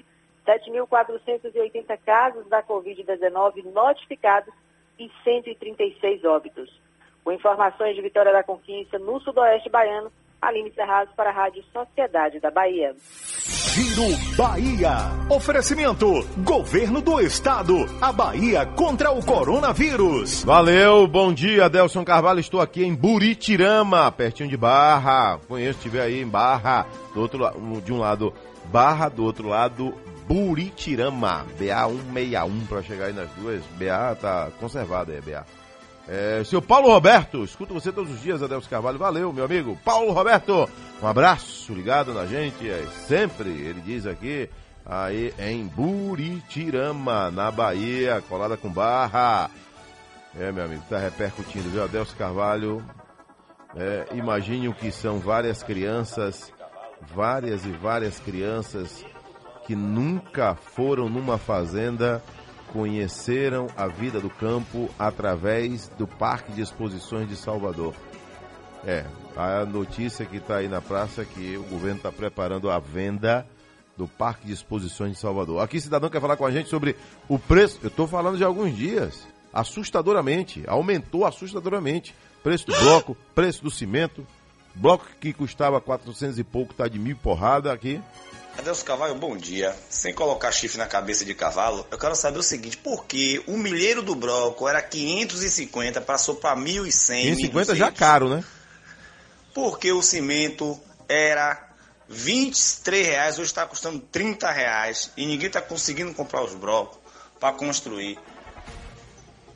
7.480 casos da Covid-19 notificados e 136 óbitos. Com informações de Vitória da Conquista, no sudoeste baiano, Aline Ferraz para a Rádio Sociedade da Bahia. Giro Bahia. Oferecimento: Governo do Estado. A Bahia contra o coronavírus. Valeu, bom dia, Adelson Carvalho. Estou aqui em Buritirama, pertinho de Barra. Conheço, estive aí em Barra. Do outro lado, de um lado Barra, do outro lado Buritirama. BA-161 para chegar aí nas duas. BA tá conservada aí, BA. Seu Paulo Roberto, escuto você todos os dias, Adelson Carvalho. Valeu, meu amigo. Paulo Roberto, um abraço, ligado na gente, sempre, ele diz aqui, aí em Buritirama, na Bahia, colada com Barra. Meu amigo, tá repercutindo, viu, Adelson Carvalho? Imagine o que são várias e várias crianças que nunca foram numa fazenda, conheceram a vida do campo através do Parque de Exposições de Salvador. A notícia que está aí na praça é que o governo está preparando a venda do Parque de Exposições de Salvador. Aqui, cidadão quer falar com a gente sobre o preço. Eu estou falando de alguns dias. Aumentou assustadoramente. Preço do bloco, preço do cimento. Bloco que custava 400 e pouco, está de 1.000 porrada aqui. Adelso Carvalho, bom dia. Sem colocar chifre na cabeça de cavalo, eu quero saber o seguinte: por que o milheiro do bloco era 550, passou para 1.100? 550 já caro, né? Porque o cimento era R$23, hoje está custando R$30 e ninguém está conseguindo comprar os blocos para construir.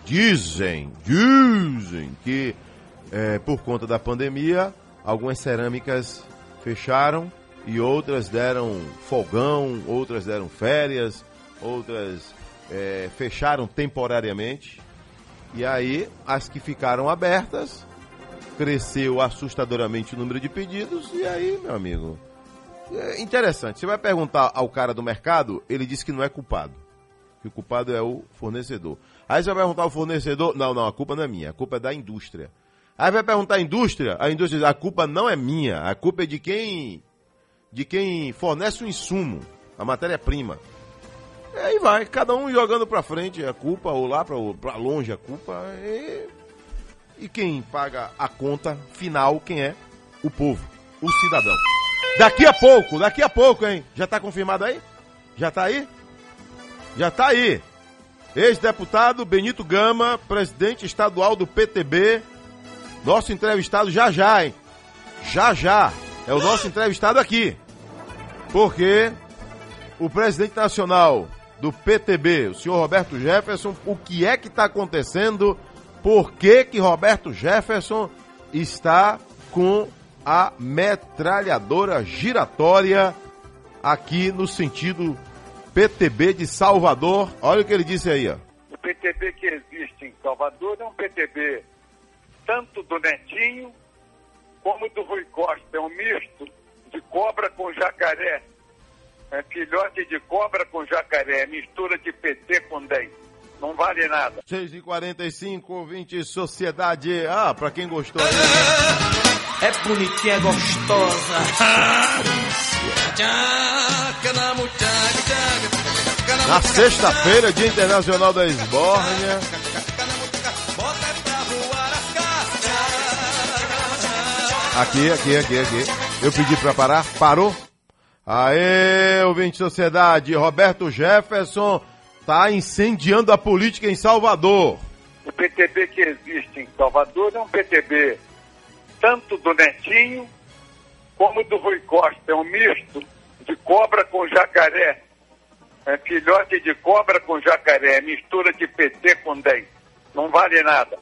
Dizem que por conta da pandemia, algumas cerâmicas fecharam e outras deram folgão, outras deram férias, outras fecharam temporariamente. E aí, as que ficaram abertas, cresceu assustadoramente o número de pedidos. E aí, meu amigo, é interessante. Você vai perguntar ao cara do mercado, ele disse que não é culpado. Que o culpado é o fornecedor. Aí você vai perguntar ao fornecedor, não, a culpa não é minha, a culpa é da indústria. Aí vai perguntar à indústria, a indústria diz, a culpa não é minha, a culpa é de quem fornece o insumo, a matéria-prima. E aí vai, cada um jogando pra frente a culpa, ou lá pra longe a culpa. E quem paga a conta final, quem é? O povo, o cidadão. Daqui a pouco, hein? Já tá confirmado aí? Já tá aí? Já tá aí. Ex-deputado Benito Gama, presidente estadual do PTB, nosso entrevistado já, hein? Já. É o nosso entrevistado aqui. Porque o presidente nacional do PTB, o senhor Roberto Jefferson, o que é que está acontecendo? Por que Roberto Jefferson está com a metralhadora giratória aqui no sentido PTB de Salvador? Olha o que ele disse aí, ó. O PTB que existe em Salvador é um PTB tanto do Netinho como do Rui Costa. É um misto de cobra com jacaré. É filhote de cobra com jacaré. Mistura de PT com DEM. Não vale nada. 6h45, ouvinte Sociedade. Ah, pra quem gostou aí. É bonitinha, gostosa. Na sexta-feira, Dia Internacional da Esbórnia. Aqui. Eu pedi pra parar, parou. Aê, ouvinte Sociedade, Roberto Jefferson tá incendiando a política em Salvador. O PTB que existe em Salvador é um PTB tanto do Netinho como do Rui Costa. É um misto de cobra com jacaré. É filhote de cobra com jacaré. Mistura de PT com DEM. Não vale nada.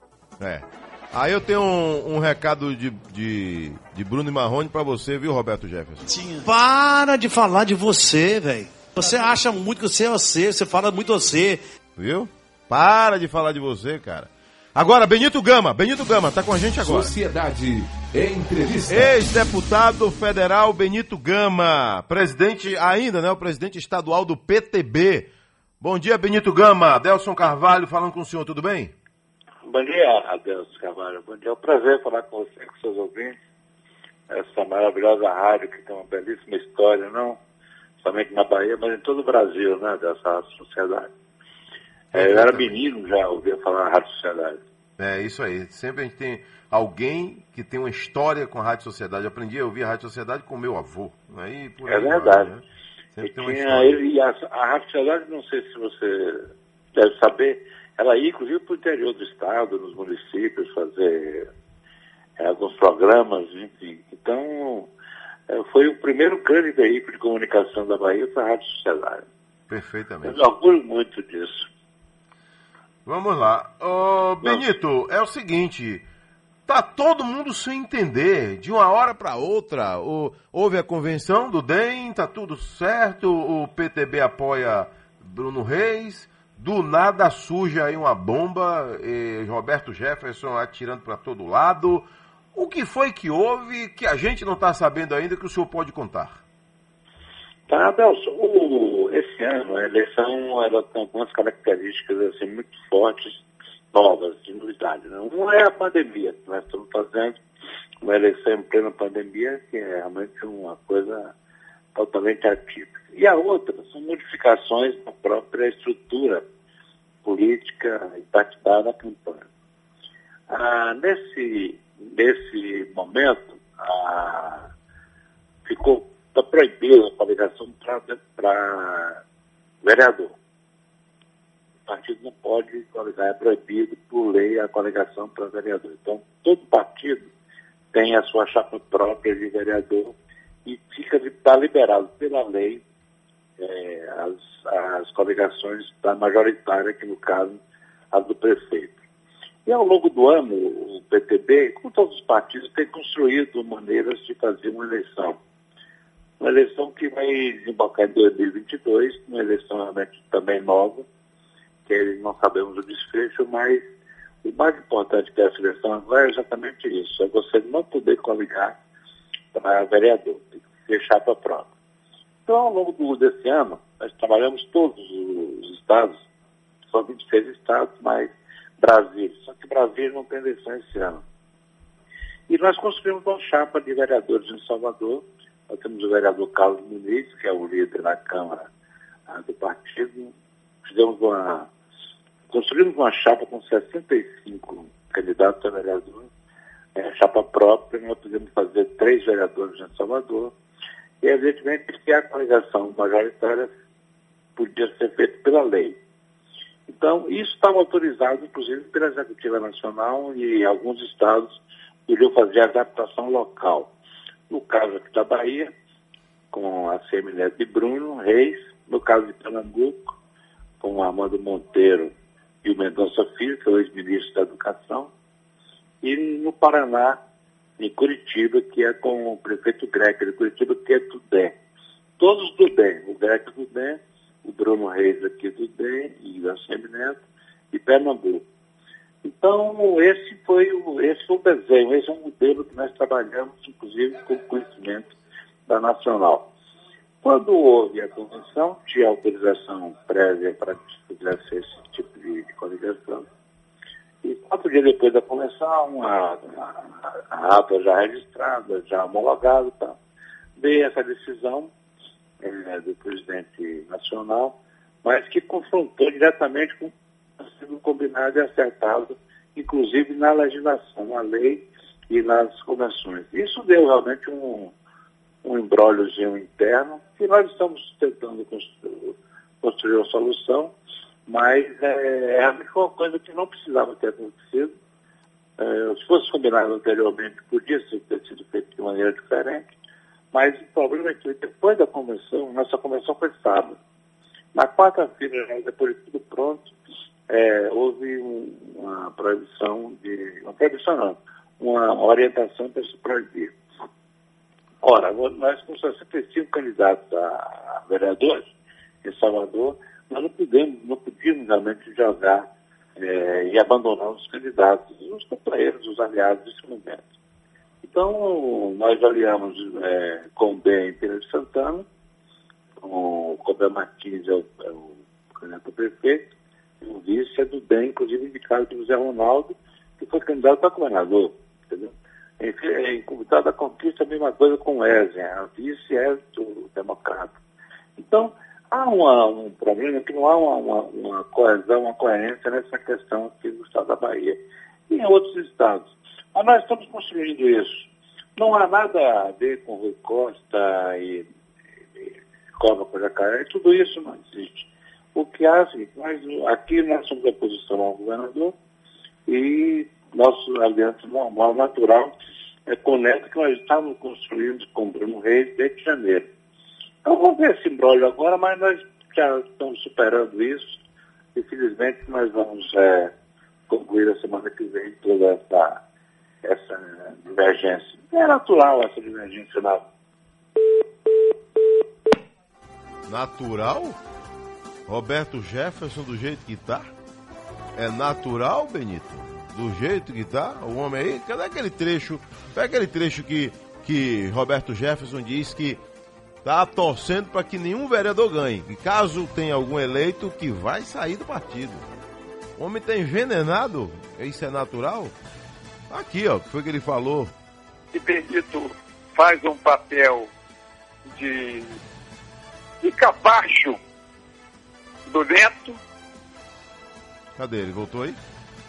Aí eu tenho um recado de Bruno e Marrone pra você, viu, Roberto Jefferson? Para de falar de você, velho. Você acha muito que você é você fala muito você. Viu? Para de falar de você, cara. Agora, Benito Gama, tá com a gente agora. Sociedade Entrevista. Ex-deputado federal Benito Gama, presidente ainda, né, o presidente estadual do PTB. Bom dia, Benito Gama. Adelson Carvalho falando com o senhor, tudo bem? Bom dia, Adelson Carvalho. Bom dia, é um prazer falar com você, com seus ouvintes. Essa maravilhosa rádio que tem uma belíssima história, não somente na Bahia, mas em todo o Brasil, né, dessa Rádio Sociedade. Eu era menino, já ouvia falar na Rádio Sociedade. É, isso aí. Sempre a gente tem alguém que tem uma história com a Rádio Sociedade. Eu aprendi a ouvir a Rádio Sociedade com o meu avô. Aí, por aí verdade. Vai, né? Sempre tem uma história. E a Rádio Sociedade, não sei se você deve saber, ela ia, inclusive, para o interior do estado, nos municípios, fazer alguns programas, enfim. Então, foi o primeiro grande veículo de comunicação da Bahia, foi a Rádio Sociedade. Perfeitamente. Eu orgulho muito disso. Vamos lá. Benito, é o seguinte, tá todo mundo sem entender, de uma hora para outra. Houve a convenção do DEM, tá tudo certo, o PTB apoia Bruno Reis, do nada surge aí uma bomba, Roberto Jefferson atirando para todo lado. O que foi que houve que a gente não está sabendo ainda, que o senhor pode contar? Tá, Adelson, esse ano a eleição ela tem algumas características assim, muito fortes, novas, de novidade. Né? Uma é a pandemia, nós estamos fazendo uma eleição em plena pandemia, que é realmente uma coisa totalmente atípica. E a outra são modificações na própria estrutura política e partidária da campanha. Nesse momento, está proibida a coligação para vereador. O partido não pode coligar, é proibido por lei a coligação para vereador. Então, todo partido tem a sua chapa própria de vereador e está liberado pela lei as coligações da majoritária, que no caso a do prefeito. E ao longo do ano, o PTB, como todos os partidos, tem construído maneiras de fazer uma eleição. Uma eleição que vai desembocar em 2022, uma eleição realmente também nova, que não sabemos o desfecho, mas o mais importante que essa eleição agora é exatamente isso, é você não poder coligar para vereador, tem que ser chapa própria. Então, ao longo desse ano, nós trabalhamos todos os estados, são 26 estados, mas Brasília, só que Brasília não tem eleição esse ano. E nós construímos uma chapa de vereadores em Salvador. Nós temos o vereador Carlos Muniz, que é o líder da Câmara do partido. Construímos uma chapa com 65 candidatos a vereador, chapa própria. Nós podemos fazer 3 vereadores em Salvador. E, evidentemente, que a coligação majoritária podia ser feita pela lei. Então, isso estava autorizado, inclusive, pela Executiva Nacional, e alguns estados podiam fazer adaptação local. No caso aqui da Bahia, com a Semineto de Bruno Reis, no caso de Pernambuco, com o Armando Monteiro e o Mendonça Filho, que é o ex-ministro da Educação, e no Paraná, em Curitiba, que é com o prefeito Greco de Curitiba, que é do DEM. Todos do DEM, o Greco do DEM, o Bruno Reis aqui do DEM e da Semineto, e Pernambuco. Então, esse foi o desenho, esse é o modelo que nós trabalhamos, inclusive, com conhecimento da Nacional. Quando houve a convenção, tinha autorização prévia para que se fizesse esse tipo de coligação. E 4 dias depois da convenção, a ata já registrada, já homologada, tá? Veio essa decisão do presidente nacional, mas que confrontou diretamente com o que tinha sido combinado e acertado, inclusive na legislação, na lei e nas convenções. Isso deu realmente um embróliozinho interno, que nós estamos tentando construir uma solução, mas realmente foi uma coisa que não precisava ter acontecido. Se fosse combinado anteriormente, podia ter sido feito de maneira diferente. Mas o problema é que depois da convenção, nossa convenção foi sábado. Na quarta-feira, depois de tudo pronto, houve uma proibição uma orientação para se proibir. Ora, nós com 65 candidatos a vereadores em Salvador, nós não podíamos realmente jogar e abandonar os candidatos, os companheiros, os aliados nesse momento. Então, nós aliamos com o DEM em Feira de Santana, com o Cobra Martins é o candidato a prefeito, e o vice é do DEM, inclusive indicado pelo Zé Ronaldo, que foi candidato a governador, entendeu? Em Comunidade da Conquista, a mesma coisa com o Ezen, a vice é do Democrata. Então, há um problema que não há uma coesão, uma coerência nessa questão aqui do estado da Bahia e em outros estados. Mas nós estamos construindo isso. Não há nada a ver com Rui Costa e Cobra com Jacaré, tudo isso não existe. O que há, assim, aqui nós somos a oposição ao governador e nosso aliança normal, natural, é com o Neto, que nós estávamos construindo com o Bruno Reis desde janeiro. Então vamos ver esse imbróglio agora, mas nós já estamos superando isso e felizmente nós vamos concluir a semana que vem toda essa divergência. É natural essa divergência, não. Natural? Roberto Jefferson do jeito que tá? É natural, Benito? Do jeito que tá? O homem aí? Cadê aquele trecho? Pega aquele trecho que Roberto Jefferson diz que tá torcendo para que nenhum vereador ganhe. E caso tenha algum eleito, que vai sair do partido. O homem tá envenenado? Isso é natural? Aqui, ó, que foi que ele falou. E Benito faz um papel de capacho do Neto. Cadê ele? Voltou aí?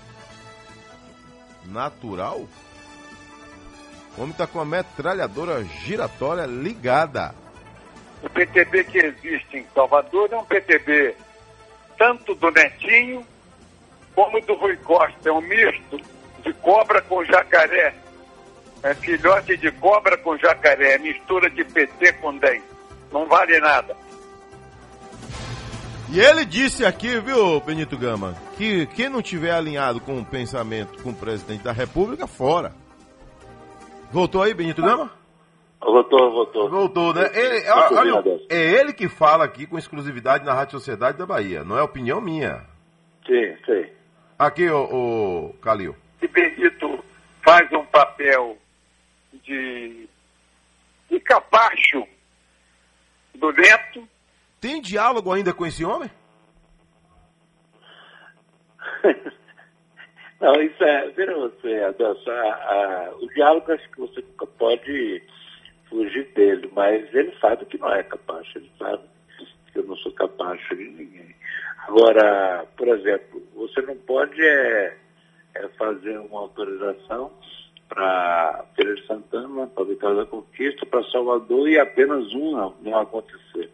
Natural? O homem tá com a metralhadora giratória ligada. O PTB que existe em Salvador é um PTB tanto do Netinho como do Rui Costa. É um misto de cobra com jacaré. É filhote de cobra com jacaré. Mistura de PT com DEM. Não vale nada. E ele disse aqui, viu, Benito Gama, que quem não tiver alinhado com o pensamento com o presidente da República, fora. Voltou aí, Benito Gama? Voltou. Voltou, né? Olha, é ele que fala aqui com exclusividade na Rádio Sociedade da Bahia, não é opinião minha. Sim, sei. Aqui, o Calil. Se Benito faz um papel de capacho do Neto. Tem diálogo ainda com esse homem? Não, isso veja você, Adelson, o diálogo acho que você nunca pode fugir dele, mas ele sabe que não é capaz, ele sabe que eu não sou capaz de ninguém. Agora, por exemplo, você não pode fazer uma autorização para Feira de Santana, para Vitória da Conquista, para Salvador e apenas uma não acontecer.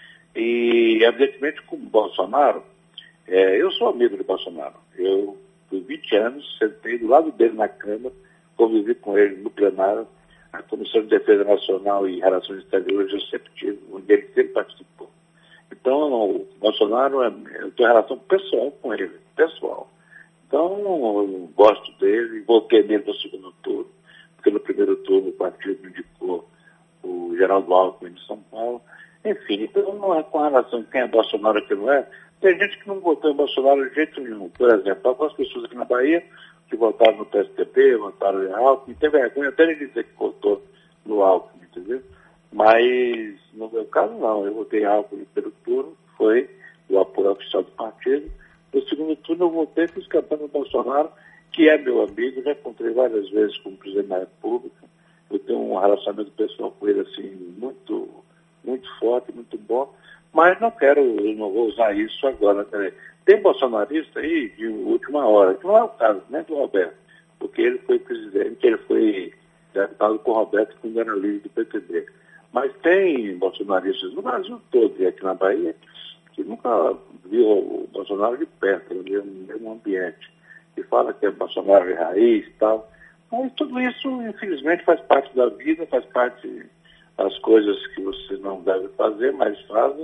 E, evidentemente, com o Bolsonaro, eu sou amigo de Bolsonaro. Eu, por 20 anos, sentei do lado dele na Câmara, convivi com ele no plenário, a Comissão de Defesa Nacional e Relações Exteriores eu sempre tive, onde ele sempre participou. Então, o Bolsonaro, eu tenho relação pessoal com ele, pessoal. Então, eu gosto dele, votei nele no segundo turno, porque no primeiro turno o partido indicou o Geraldo Alckmin de São Paulo. Enfim, então não é com relação a quem é Bolsonaro e quem não é. Tem gente que não votou em Bolsonaro de jeito nenhum. Por exemplo, algumas pessoas aqui na Bahia que votaram no PSDB, votaram em Alckmin, tem vergonha até de dizer que votou no Alckmin, entendeu? Mas, no meu caso, não. Eu votei em Alckmin no primeiro turno, foi o apoio oficial do partido. No segundo turno, eu votei, fiz campanha no Bolsonaro, que é meu amigo, já encontrei várias vezes como presidente da República. Eu tenho um relacionamento pessoal com ele, assim, muito forte, muito bom. Mas eu não vou usar isso agora. Tem bolsonarista aí de última hora, que não é o caso, nem do Roberto, porque ele foi presidente, ele foi deputado com o Roberto quando era líder do PTB. Mas tem bolsonaristas no Brasil todo e aqui na Bahia que nunca viu o Bolsonaro de perto, no mesmo ambiente, e fala que é Bolsonaro de raiz e tal. Mas tudo isso, infelizmente, faz parte da vida, faz parte das coisas que você não deve fazer, mas fazem.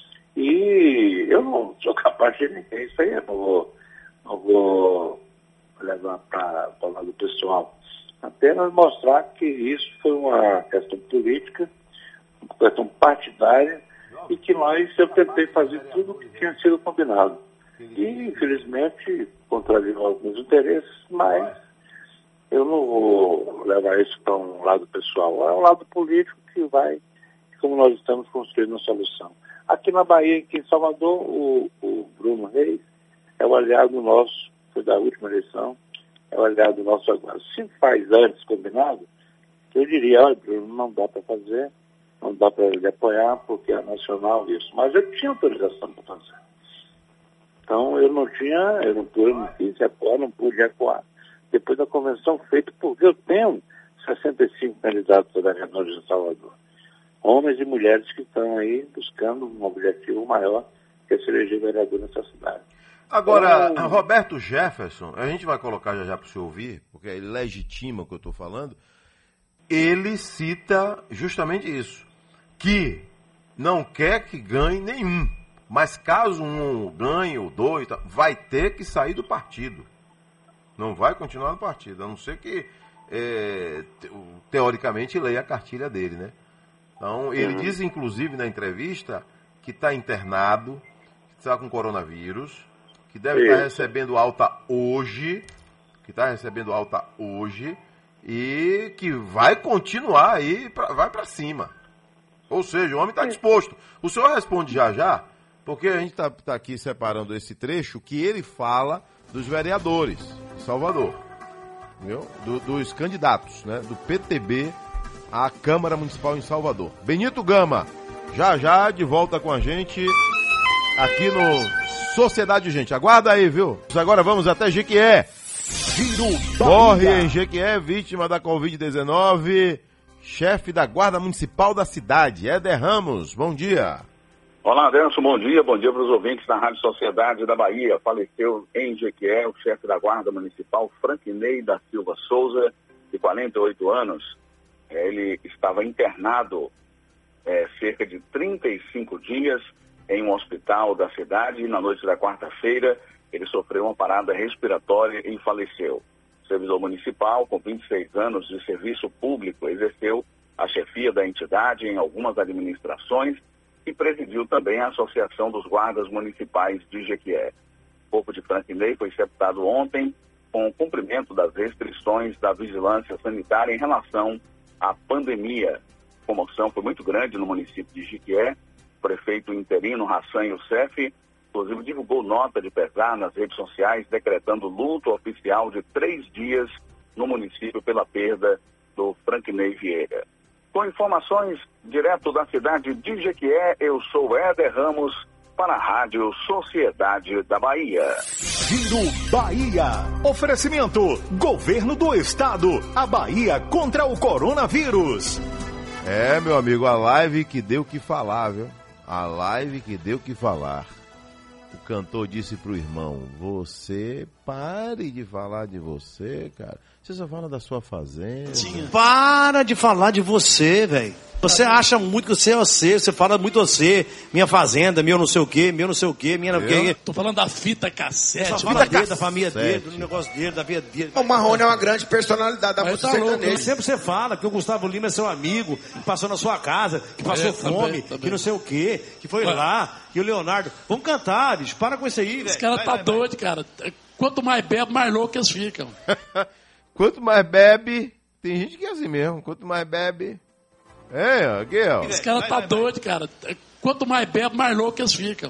E eu não sou capaz de ninguém, isso aí eu não vou levar para o lado pessoal. Apenas mostrar que isso foi uma questão política, uma questão partidária, e que eu tentei fazer tudo o que tinha sido combinado. E, infelizmente, contrariou alguns interesses, mas eu não vou levar isso para um lado pessoal. É um lado político que vai, como nós estamos construindo uma solução. Aqui na Bahia, aqui em Salvador, o Bruno Reis é o aliado nosso, foi da última eleição, é o aliado nosso agora. Se faz antes combinado, eu diria, olha, Bruno, não dá para fazer, não dá para ele apoiar, porque é nacional isso. Mas eu tinha autorização para fazer. Então eu não quis apoiar, não pude apoiar. Depois da convenção feita, porque eu tenho 65 candidatos a vereadores em Salvador. Homens e mulheres que estão aí buscando um objetivo maior, que é se eleger vereador nessa cidade. Agora, Roberto Jefferson, a gente vai colocar já para o senhor ouvir, porque ele legitima o que eu estou falando, ele cita justamente isso, que não quer que ganhe nenhum, mas caso um ganhe ou dois, vai ter que sair do partido. Não vai continuar no partido, a não ser que, teoricamente, leia a cartilha dele, né? Então, ele diz, inclusive, na entrevista, que está internado, que está com coronavírus, que deve estar recebendo alta hoje, e que vai continuar aí, vai para cima. Ou seja, o homem está disposto. O senhor responde já, porque a gente está aqui separando esse trecho que ele fala dos vereadores de Salvador, entendeu? Dos candidatos, né, do PTB à Câmara Municipal em Salvador. Benito Gama, já de volta com a gente aqui no Sociedade Gente. Aguarda aí, viu? Agora vamos até Jequié. Morre em Jequié, vítima da Covid-19, chefe da Guarda Municipal da cidade, Éder Ramos. Bom dia. Olá, Adelson, bom dia para os ouvintes da Rádio Sociedade da Bahia. Faleceu em Jequié o chefe da Guarda Municipal, Franquinei da Silva Souza, de 48 anos. Ele estava internado cerca de 35 dias em um hospital da cidade e na noite da quarta-feira ele sofreu uma parada respiratória e faleceu. O servidor municipal, com 26 anos de serviço público, exerceu a chefia da entidade em algumas administrações e presidiu também a Associação dos Guardas Municipais de Jequié. O corpo de Franquinei foi sepultado ontem com o cumprimento das restrições da vigilância sanitária em relação à pandemia. A comoção foi muito grande no município de Jequié. O prefeito interino Hassan Youssef, inclusive, divulgou nota de pesar nas redes sociais, decretando luto oficial de 3 dias no município pela perda do Franquinei Vieira. Com informações direto da cidade de Jequié, eu sou Éder Ramos para a Rádio Sociedade da Bahia. Vindo Bahia. Oferecimento: Governo do Estado. A Bahia contra o coronavírus. É, meu amigo, a live que deu o que falar, viu? A live que deu o que falar. O cantor disse pro irmão: você pare de falar de você, cara. Você só fala da sua fazenda. Para de falar de você, velho. Você acha muito que você é você fala muito você, minha fazenda, meu não sei o quê, minha não sei o quê. Tô falando da fita cassete. Só fala dele, da família dele, do negócio dele, da vida dele. O Marrone é uma grande personalidade da música sertaneja. Sempre você fala que o Gustavo Lima é seu amigo, que passou na sua casa, que passou fome, também. Que não sei o quê, que foi lá, que o Leonardo... Vamos cantar, bicho, para com isso aí, velho. Esse cara tá doido, cara. Quanto mais bebe, mais louco eles ficam. Quanto mais bebe, tem gente que é assim mesmo, quanto mais bebe... aqui, ó. Esse cara tá doido, cara. Quanto mais bebe, mais louco eles ficam.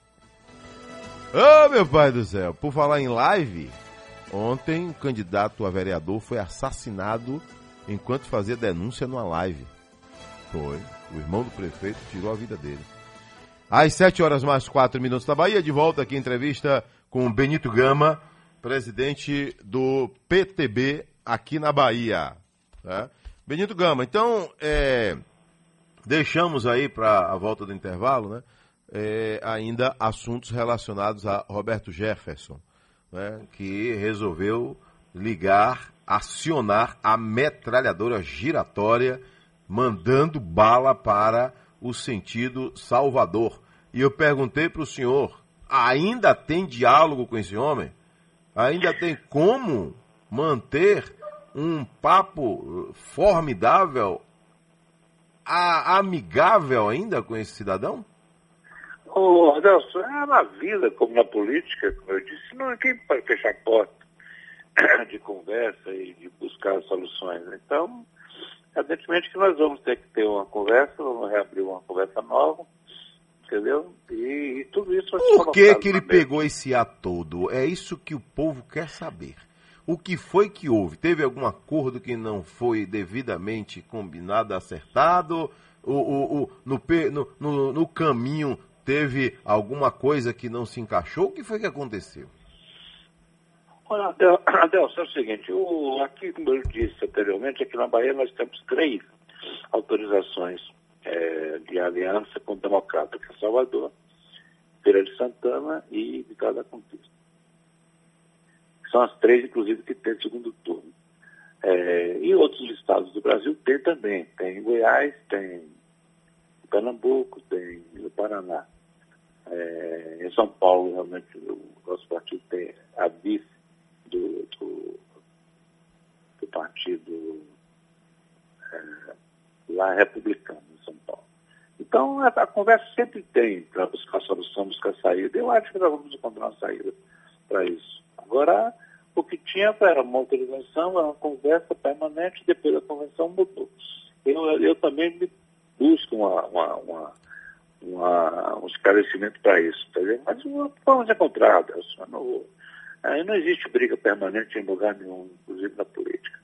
Ô, meu pai do céu. Por falar em live, ontem um candidato a vereador foi assassinado enquanto fazia denúncia numa live. Foi. O irmão do prefeito tirou a vida dele. Às 7h mais 4 da Bahia, de volta aqui, entrevista com Benito Gama, presidente do PTB aqui na Bahia. Tá? Benito Gama, então, deixamos aí para a volta do intervalo, né, ainda assuntos relacionados a Roberto Jefferson, né, que resolveu acionar a metralhadora giratória, mandando bala para o sentido Salvador. E eu perguntei para o senhor, ainda tem diálogo com esse homem? Ainda tem como manter um papo formidável, amigável ainda com esse cidadão? Adelson, na vida, como na política, como eu disse, ninguém pode fechar porta de conversa e de buscar soluções. Então, evidentemente que nós vamos ter que ter uma conversa, vamos reabrir uma conversa nova, entendeu? E tudo isso vai ser Por que ele pegou esse ar todo? É isso que o povo quer saber. O que foi que houve? Teve algum acordo que não foi devidamente combinado, acertado? No caminho teve alguma coisa que não se encaixou? O que foi que aconteceu? Olha, Adelson, é o seguinte, aqui, como eu disse anteriormente, aqui na Bahia nós temos 3 autorizações de aliança com o Democrata, que é Salvador, Feira de Santana e Vitória da Conquista. São as 3, inclusive, que tem segundo turno. E outros estados do Brasil tem também. Tem em Goiás, tem em Pernambuco, tem no Paraná. Em São Paulo, realmente, o nosso partido tem a vice do partido lá republicano em São Paulo. Então, a conversa sempre tem para buscar solução, buscar saída. Eu acho que nós vamos encontrar uma saída para isso. Agora, o que tinha era uma autorização, era uma conversa permanente, depois da convenção mudou. Eu também busco um esclarecimento para isso, tá vendo? Mas vamos encontrar, Adelson. Aí não existe briga permanente em lugar nenhum, inclusive na política.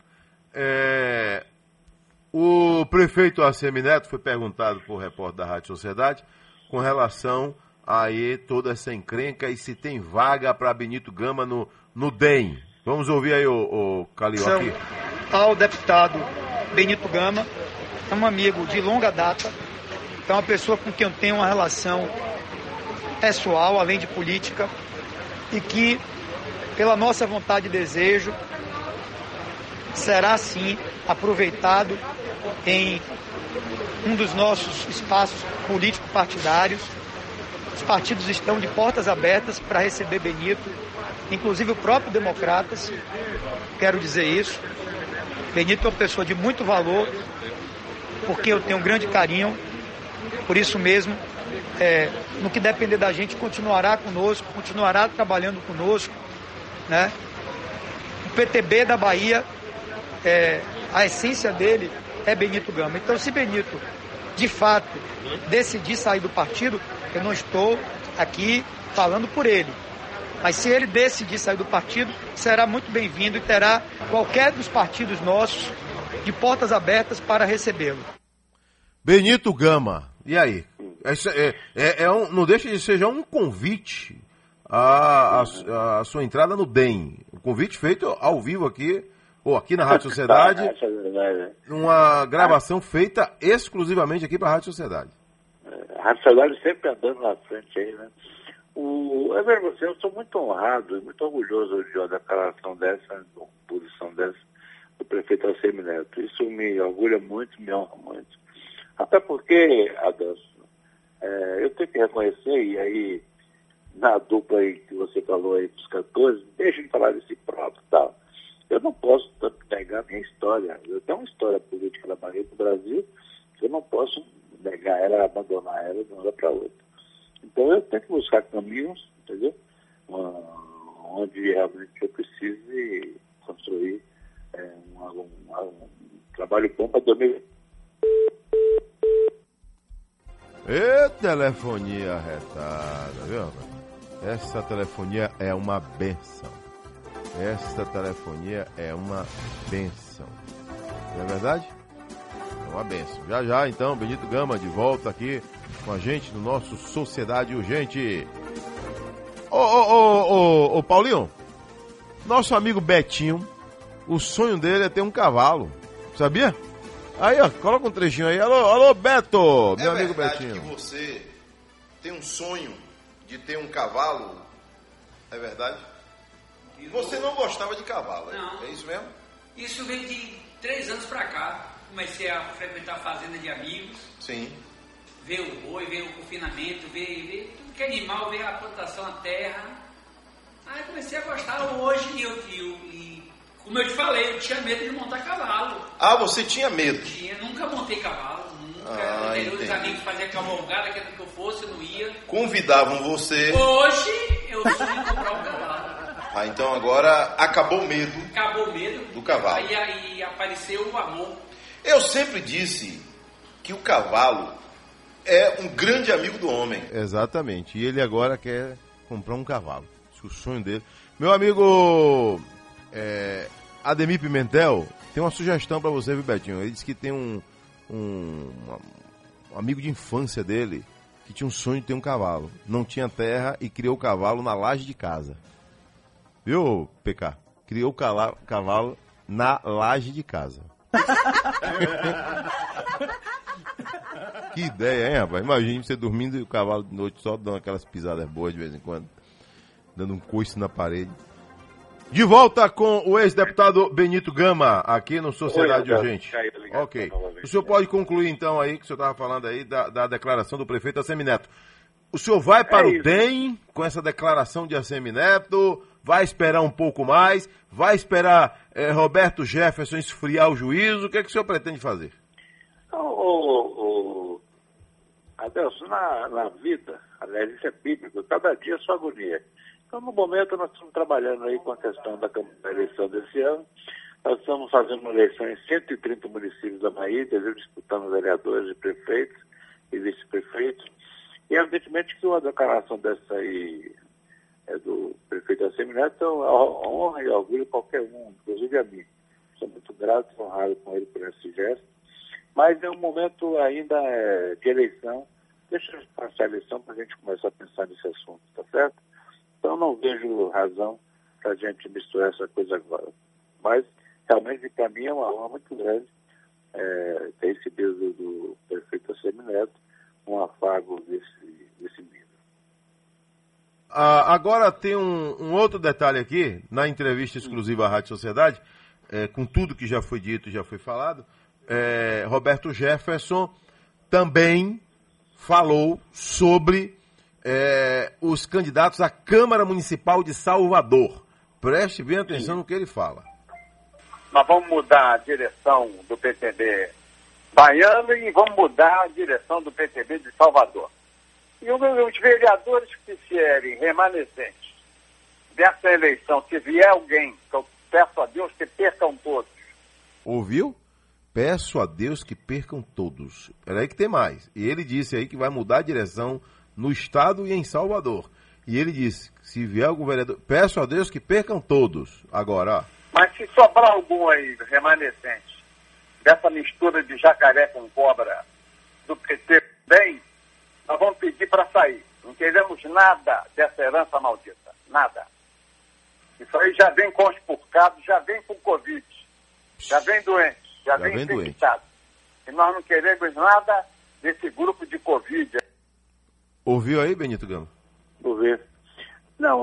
O prefeito ACM Neto foi perguntado por repórter da Rádio Sociedade com relação aí toda essa encrenca e se tem vaga para Benito Gama no DEM. Vamos ouvir aí o Calil aqui. Ao deputado Benito Gama, é um amigo de longa data, é uma pessoa com quem eu tenho uma relação pessoal, além de política, e que, pela nossa vontade e desejo, será sim aproveitado em um dos nossos espaços político-partidários Os partidos estão de portas abertas para receber Benito, inclusive o próprio Democratas, quero dizer isso. Benito é uma pessoa de muito valor, porque eu tenho um grande carinho, por isso mesmo, no que depender da gente, continuará conosco, continuará trabalhando conosco, né? O PTB da Bahia, a essência dele é Benito Gama. Então, se Benito, de fato, decidir sair do partido, eu não estou aqui falando por ele, mas se ele decidir sair do partido, será muito bem-vindo e terá qualquer dos partidos nossos de portas abertas para recebê-lo. Benito Gama, e aí? Não deixa de ser já um convite à sua entrada no DEM. Um convite feito ao vivo aqui na Rádio Sociedade. Uma gravação feita exclusivamente aqui para a Rádio Sociedade. A Rádio Sociedade sempre andando na frente aí, né? Eu sou muito honrado e muito orgulhoso de uma declaração dessa, de uma posição dessa, do prefeito ACM Neto. Isso me orgulha muito, me honra muito. Até porque, Adelson, eu tenho que reconhecer, e aí, na dupla aí que você falou aí dos 14, deixa de falar de si próprio e tal. Eu não posso negar a minha história. Eu tenho uma história política da Bahia do Brasil, que eu não posso negar ela, abandonar ela de uma hora para outra. Então eu tenho que buscar caminhos, entendeu? Onde realmente eu precise construir um trabalho bom para 2020. Telefonia arretada, viu? Essa telefonia é uma benção. Esta telefonia é uma benção. Não é verdade? É uma benção. Já, então, Benito Gama de volta aqui com a gente no nosso Sociedade Urgente. Ô, Paulinho, nosso amigo Betinho, o sonho dele é ter um cavalo. Sabia? Aí, ó, coloca um trechinho aí. Alô, Beto, meu amigo Betinho. É verdade que você tem um sonho de ter um cavalo? É verdade? Você não gostava de cavalo, não. É isso mesmo? Isso vem de 3 anos pra cá. Comecei a frequentar a fazenda de amigos. Sim. Ver o boi, ver o confinamento, ver tudo que é animal, ver a plantação, a terra. Aí comecei a gostar hoje e como eu te falei, eu tinha medo de montar cavalo. Ah, você tinha medo? Nunca montei cavalo, nunca. Os amigos faziam cavalgada, querendo que eu fosse, eu não ia. Convidavam você. Hoje eu sonho em comprar um cavalo. Então agora acabou o medo. Acabou o medo do cavalo. Aí apareceu o amor. Eu sempre disse que o cavalo é um grande amigo do homem. Exatamente. E ele agora quer comprar um cavalo. O sonho dele. Meu amigo Ademir Pimentel tem uma sugestão para você, viu, Betinho? Ele disse que tem um amigo de infância dele que tinha um sonho de ter um cavalo. Não tinha terra e criou o cavalo na laje de casa. Viu, PK? Criou o cavalo na laje de casa. Que ideia, hein, rapaz? Imagine você dormindo e o cavalo de noite só dando aquelas pisadas boas de vez em quando. Dando um coice na parede. De volta com o ex-deputado Benito Gama, aqui no Sociedade Urgente. Ok. O senhor pode concluir então aí, que o senhor estava falando aí, da declaração do prefeito ACM Neto. O senhor vai para o DEM com essa declaração de ACM Neto, vai esperar um pouco mais, vai esperar Roberto Jefferson esfriar o juízo, o que é que o senhor pretende fazer? Adelson, na vida, aliás, isso é bíblico, cada dia é sua agonia. Então, no momento, nós estamos trabalhando aí com a questão da eleição desse ano. Nós estamos fazendo uma eleição em 130 municípios da Bahia, disputando vereadores e prefeitos e vice-prefeitos. E, evidentemente, que uma declaração dessa aí do prefeito ACM Neto honra e orgulho qualquer um, inclusive a mim. Sou muito grato e honrado com ele por esse gesto. Mas é um momento ainda de eleição. Deixa eu passar a eleição para a gente começar a pensar nesse assunto, tá certo? Então não vejo razão para a gente misturar essa coisa agora. Mas, realmente, para mim é uma honra muito grande ter recebido do prefeito ACM Neto um afago desse nível. Agora tem um outro detalhe aqui, na entrevista exclusiva à Rádio Sociedade, com tudo que já foi dito e já foi falado, Roberto Jefferson também falou sobre os candidatos à Câmara Municipal de Salvador. Preste bem atenção no que ele fala. Nós vamos mudar a direção do PTB baiano e vamos mudar a direção do PTB de Salvador. E os vereadores que vierem remanescentes dessa eleição, se vier alguém, que eu peço a Deus que percam todos. Ouviu? Peço a Deus que percam todos. Era aí que tem mais. E ele disse aí que vai mudar a direção no estado e em Salvador. E ele disse, se vier algum vereador, peço a Deus que percam todos. Agora, ó. Mas se sobrar algum aí remanescente dessa mistura de jacaré com cobra do PT bem, nós vamos pedir para sair. Não queremos nada dessa herança maldita. Nada. Isso aí já vem conspurcado, já vem com Covid, já vem doente, já vem infectado. E nós não queremos nada desse grupo de Covid. Ouviu aí, Benito Gama? Ouvi. Não,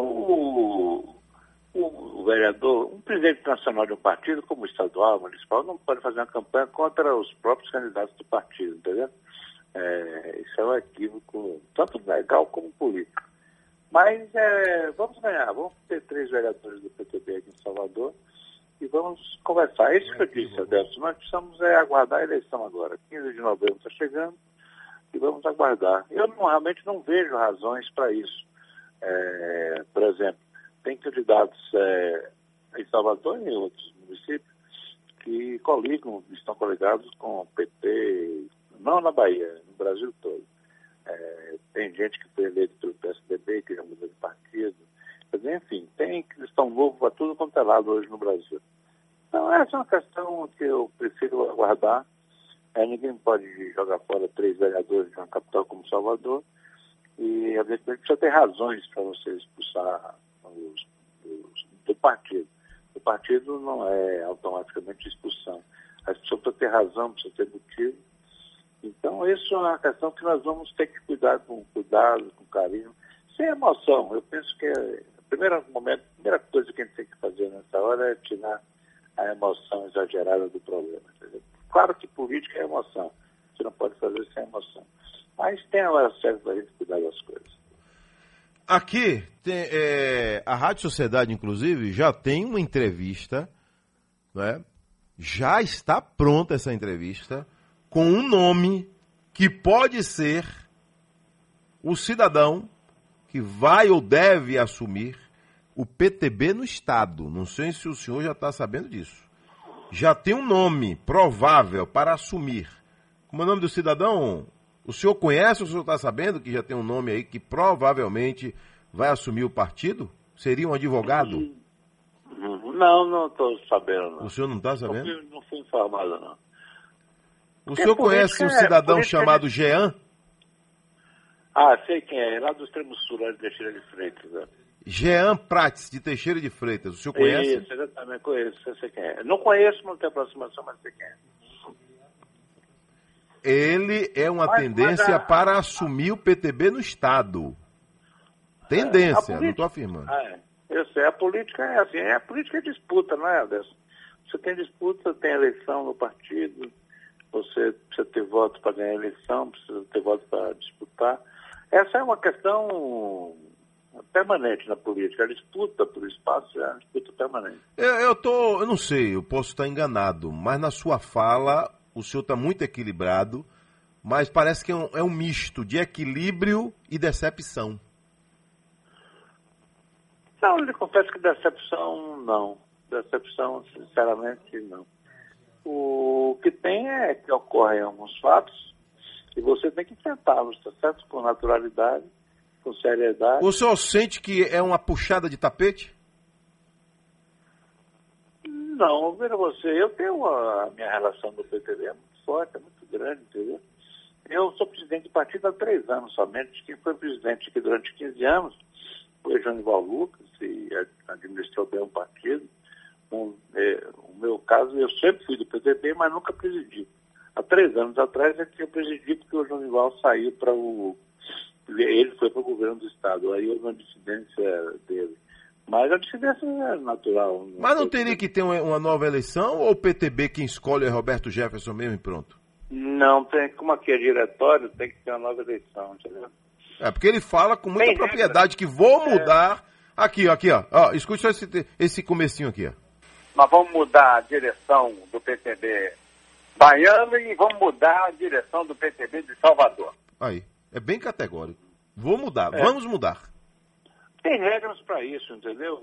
o vereador, um presidente nacional de um partido, como estadual, municipal, não pode fazer uma campanha contra os próprios candidatos do partido, entendeu? Isso é um equívoco, tanto legal como político. Mas vamos ganhar, vamos ter 3 vereadores do PTB aqui em Salvador e vamos conversar. É isso que eu disse, Adelson, nós precisamos aguardar a eleição agora. 15 de novembro está chegando e vamos aguardar. Eu realmente não vejo razões para isso. Por exemplo, tem candidatos em Salvador e em outros municípios que estão coligados com o PT, não na Bahia, no Brasil todo. Tem gente que foi eleito pelo PSDB, que já mudou de partido. Mas, enfim, tem cristão novo para tudo quanto é lado hoje no Brasil. Então, essa é uma questão que eu prefiro aguardar. Ninguém pode jogar fora 3 vereadores de uma capital como Salvador. E, evidentemente, precisa ter razões para você expulsar do partido. O partido não é automaticamente expulsão. As pessoas precisam ter razão, precisam ter motivo. Então, isso é uma questão que nós vamos ter que cuidar com cuidado, com carinho, sem emoção. Eu penso que a primeira coisa que a gente tem que fazer nessa hora é tirar a emoção exagerada do problema. Entendeu? Claro que política é emoção. Você não pode fazer sem emoção. Mas tem a hora certa para a gente cuidar das coisas. Aqui, a Rádio Sociedade, inclusive, já tem uma entrevista, né? Já está pronta essa entrevista, com um nome que pode ser o cidadão que vai ou deve assumir o PTB no Estado. Não sei se o senhor já está sabendo disso. Já tem um nome provável para assumir. Como é o nome do cidadão? O senhor conhece, o senhor está sabendo que já tem um nome aí que provavelmente vai assumir o partido? Seria um advogado? Não estou sabendo. Não. O senhor não está sabendo? Não fui informado, não. O senhor conhece um cidadão chamado Jean? Sei quem é. Lá do extremo sul, lá de Teixeira de Freitas. Né? Jean Prates, de Teixeira de Freitas. O senhor conhece? Isso, eu também conheço. Eu sei quem é. Não conheço, não tenho aproximação, mas sei quem é. Ele é uma tendência para assumir o PTB no Estado. Tendência, não estou afirmando. Eu sei. A política é assim. A política é disputa, não é, Adelson? Você tem disputa, tem eleição no partido. Você precisa ter voto para ganhar a eleição, precisa ter voto para disputar. Essa é uma questão permanente na política. A disputa por espaço é uma disputa permanente. Eu não sei, eu posso estar enganado, mas na sua fala o senhor está muito equilibrado, mas parece que é um misto de equilíbrio e decepção. Não, eu lhe confesso que decepção não. Decepção, sinceramente, não. O que tem é que ocorrem alguns fatos e você tem que enfrentá-los, tá certo? Com naturalidade, com seriedade. O senhor sente que é uma puxada de tapete? Não, veja você, eu tenho a minha relação do PTB é muito forte, é muito grande, entendeu? Eu sou presidente do partido há 3 anos somente. Quem foi presidente aqui durante 15 anos foi Janival Lucas e administrou bem o partido. O meu caso, eu sempre fui do PTB, mas nunca presidi. Há 3 anos atrás é que eu presidi porque o Janival saiu para ele foi para o governo do Estado. Aí houve uma dissidência dele. Mas a dissidência é natural. Mas não teria que ter uma nova eleição ou o PTB quem escolhe é Roberto Jefferson mesmo e pronto? Não, tem, como aqui é diretório, tem que ter uma nova eleição, entendeu? É, porque ele fala com muita propriedade que vou mudar. Aqui, ó. Escute só esse comecinho aqui, ó. Nós vamos mudar a direção do PTB baiano e vamos mudar a direção do PTB de Salvador. Aí, é bem categórico. Vou mudar, vamos mudar. Tem regras para isso, entendeu,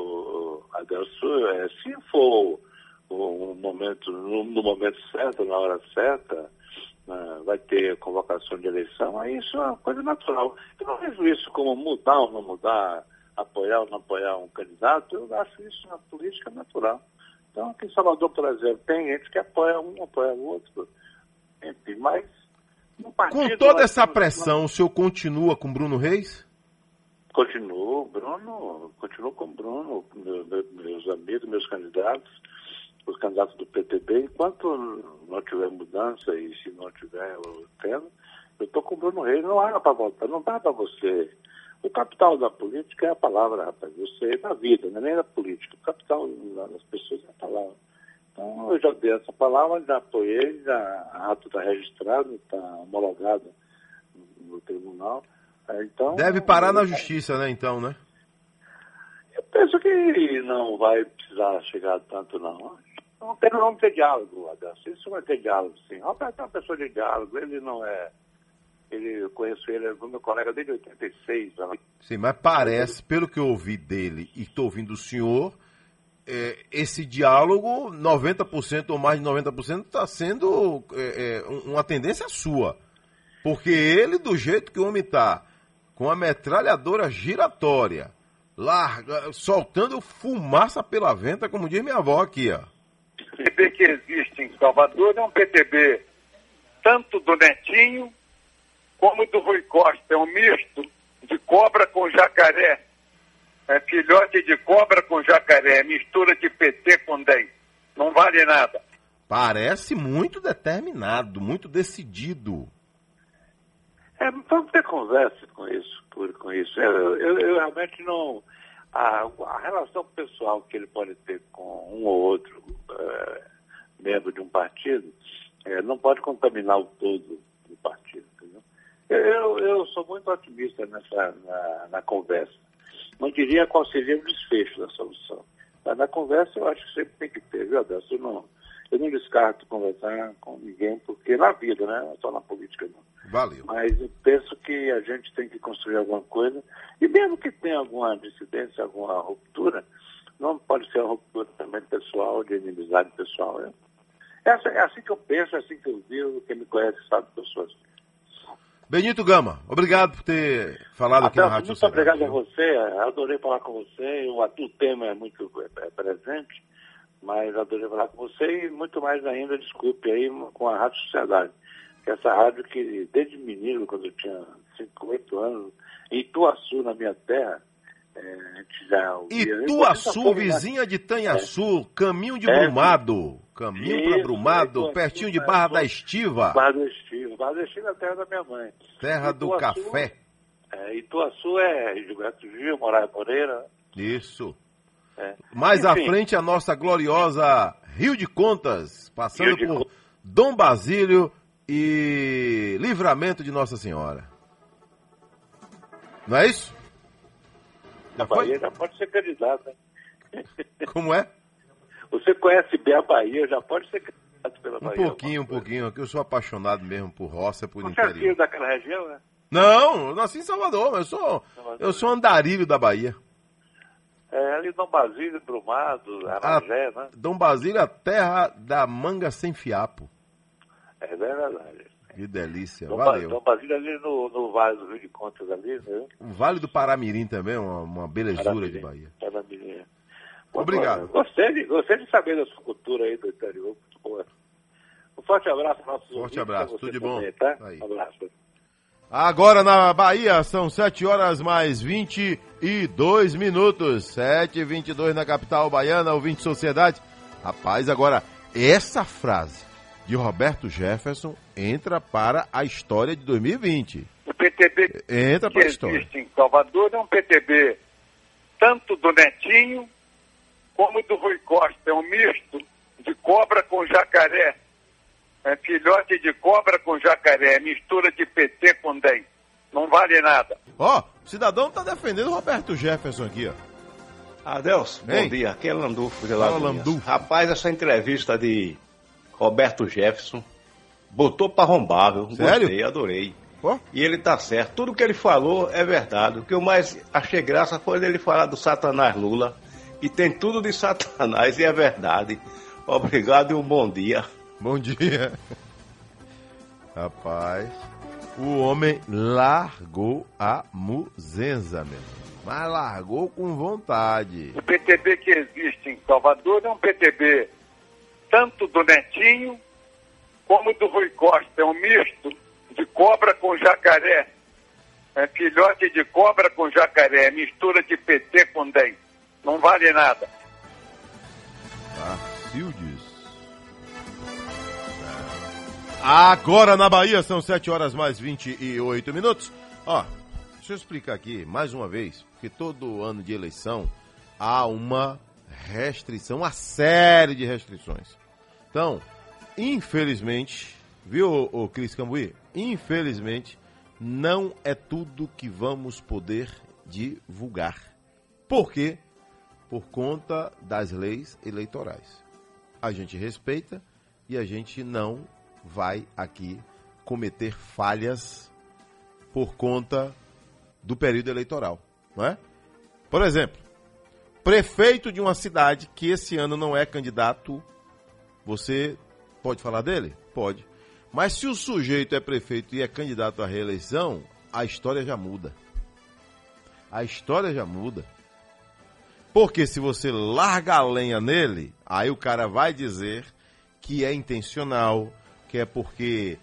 Adelson? Se for no momento certo, na hora certa, vai ter convocação de eleição, aí isso é uma coisa natural. Eu não vejo isso como mudar ou não mudar, apoiar ou não apoiar um candidato, eu acho isso na política natural. Então, aqui em Salvador, por exemplo, tem gente que apoia um, apoia o outro, enfim, mas no partido... Com toda essa pressão, o senhor continua com Bruno Reis? Continuo com o Bruno, meus amigos, meus candidatos, os candidatos do PTB, enquanto não tiver mudança e se não tiver tendo, eu estou com o Bruno Reis, não há para voltar, não dá para você. O capital da política é a palavra, rapaz, você é da vida, não é nem da política, o capital das pessoas é a palavra. Então eu já dei essa palavra, já apoiei, a ato está registrado, está homologado no tribunal. Então, deve parar na justiça, né, então, né? Eu penso que não vai precisar chegar tanto, não. Vamos ter diálogo, Adelson. Isso vai ter diálogo, sim. O Roberto é uma pessoa de diálogo, ele não é... Eu conheço ele, é meu colega desde 86. Né? Sim, mas parece, pelo que eu ouvi dele e estou ouvindo do senhor, esse diálogo, 90% ou mais de 90% está sendo uma tendência sua. Porque ele, do jeito que o homem está, com a metralhadora giratória, soltando fumaça pela venta, como diz minha avó aqui, ó. O PTB que existe em Salvador é um PTB tanto do Netinho como do Rui Costa. É um misto de cobra com jacaré. É filhote de cobra com jacaré. Mistura de PT com DEM. Não vale nada. Parece muito determinado, muito decidido. Vamos ter conversa com isso. Eu realmente não... A relação pessoal que ele pode ter com um ou outro membro de um partido não pode contaminar o todo do partido. Entendeu? Eu sou muito otimista na conversa. Não diria qual seria o desfecho da solução. Mas na conversa eu acho que sempre tem que ter, viu, Adelson? Eu não descarto conversar com ninguém, porque na vida, né? Não é só na política, não. Valeu. Mas eu penso que a gente tem que construir alguma coisa, e mesmo que tenha alguma dissidência, alguma ruptura, não pode ser uma ruptura também pessoal, de inimizade pessoal. É assim que eu penso, é assim que eu vivo, quem me conhece sabe que eu sou assim. Benito Gama, obrigado por ter falado aqui na Rádio Sociedade. Muito obrigado a você, adorei falar com você, o tema é muito presente, mas adorei falar com você e muito mais ainda, desculpe aí, com a Rádio Sociedade. Essa rádio que, desde menino, quando eu tinha 5, 8 anos, em Ituaçu, na minha terra, a gente já ouvia... Ituaçu, vizinha de Tanhaçu, caminho de Brumado. Caminho para Brumado, pertinho de Barra da Estiva. Barra da Estiva é a terra da minha mãe. Terra do café. Ituaçu é Gilberto Gil, Moraes Moreira. Isso. Mais à frente, a nossa gloriosa Rio de Contas, passando por Dom Basílio e Livramento de Nossa Senhora. Não é isso? A Bahia já pode ser candidata. Como é? Você conhece bem a Bahia, já pode ser candidato pela Bahia. Um pouquinho, que eu sou apaixonado mesmo por roça, por interior. Você é filho daquela região, né? Não, eu nasci em Salvador, mas eu sou andarilho da Bahia. Ali Dom Basílio, Brumado, Aragé, né? Dom Basílio, a terra da manga sem fiapo. É verdade. Que delícia, valeu. Dom Basílio ali no Vale do Rio de Contas ali, né? O Vale do Paramirim também, uma belezura de Bahia. Paramirim. Obrigado. Gostei de saber da sua cultura aí do interior. Um forte abraço para nossos ouvintes. Forte abraço, tudo de bom. Também, tá? Um abraço. Agora na Bahia são 7 horas mais 22 minutos. 7h22 na capital baiana, ouvinte Sociedade. Rapaz, agora essa frase de Roberto Jefferson entra para a história de 2020. O PTB entra para a história. Que existe em Salvador é um PTB tanto do Netinho como do Rui Costa. É um misto de cobra com jacaré. É filhote de cobra com jacaré. Mistura de PT com DEM. não vale nada. Ó, o cidadão tá defendendo o Roberto Jefferson aqui, ó. Adelson, bom dia. Aqui é Landulfo de Fala, Lagoinhas. Landulfo. Rapaz, essa entrevista de Roberto Jefferson botou pra arrombar, viu? Sério? Gostei, adorei. Pô? E ele tá certo. Tudo que ele falou é verdade. O que eu mais achei graça foi ele falar do Satanás Lula. E tem tudo de Satanás e é verdade. Obrigado e um bom dia. Bom dia. Rapaz, o homem largou a muzenza mesmo. Mas largou com vontade. O PTB que existe em Salvador é um PTB tanto do Netinho como do Rui Costa. É um misto de cobra com jacaré. É filhote de cobra com jacaré. É mistura de PT com DEM. Não vale nada. Sildes. Agora na Bahia são 7h mais 28 minutos. Ó, deixa eu explicar aqui mais uma vez, porque todo ano de eleição há uma restrição, uma série de restrições. Então, infelizmente, viu, ô Cris Cambuí? Infelizmente, não é tudo que vamos poder divulgar. Por quê? Por conta das leis eleitorais. A gente respeita e a gente não vai aqui cometer falhas por conta do período eleitoral, não é? Por exemplo, prefeito de uma cidade que esse ano não é candidato, você pode falar dele? Pode. Mas se o sujeito é prefeito e é candidato à reeleição, a história já muda. A história já muda. Porque se você larga a lenha nele, aí o cara vai dizer que é intencional, que é porque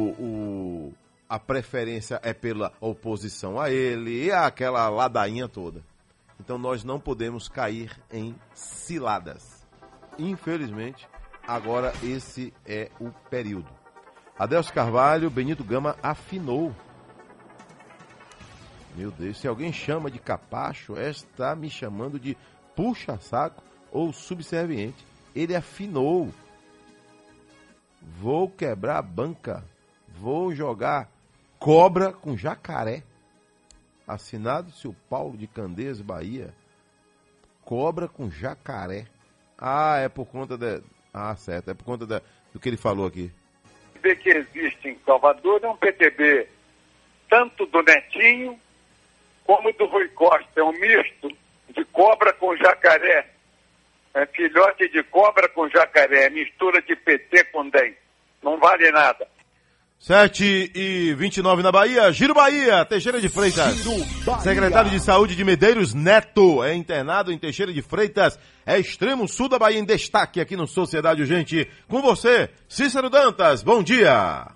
a preferência é pela oposição a ele, e aquela ladainha toda. Então nós não podemos cair em ciladas. Infelizmente, agora esse é o período. Adelso Carvalho, Benito Gama afinou. Meu Deus, se alguém chama de capacho, está me chamando de puxa-saco ou subserviente. Ele afinou. Vou quebrar a banca. Vou jogar cobra com jacaré. Assinado seu Paulo de Candeias, Bahia. Cobra com jacaré. Ah, é por conta da... Ah, certo. É por conta do que ele falou aqui. O PTB que existe em Salvador é um PTB tanto do Netinho como do Rui Costa. É um misto de cobra com jacaré. É filhote de cobra com jacaré. É mistura de PT com DEM. Não vale nada. 7h29 na Bahia. Giro Bahia, Teixeira de Freitas. Secretário de Saúde de Medeiros Neto é internado em Teixeira de Freitas. É extremo sul da Bahia em destaque aqui no Sociedade Urgente. Com você, Cícero Dantas. Bom dia.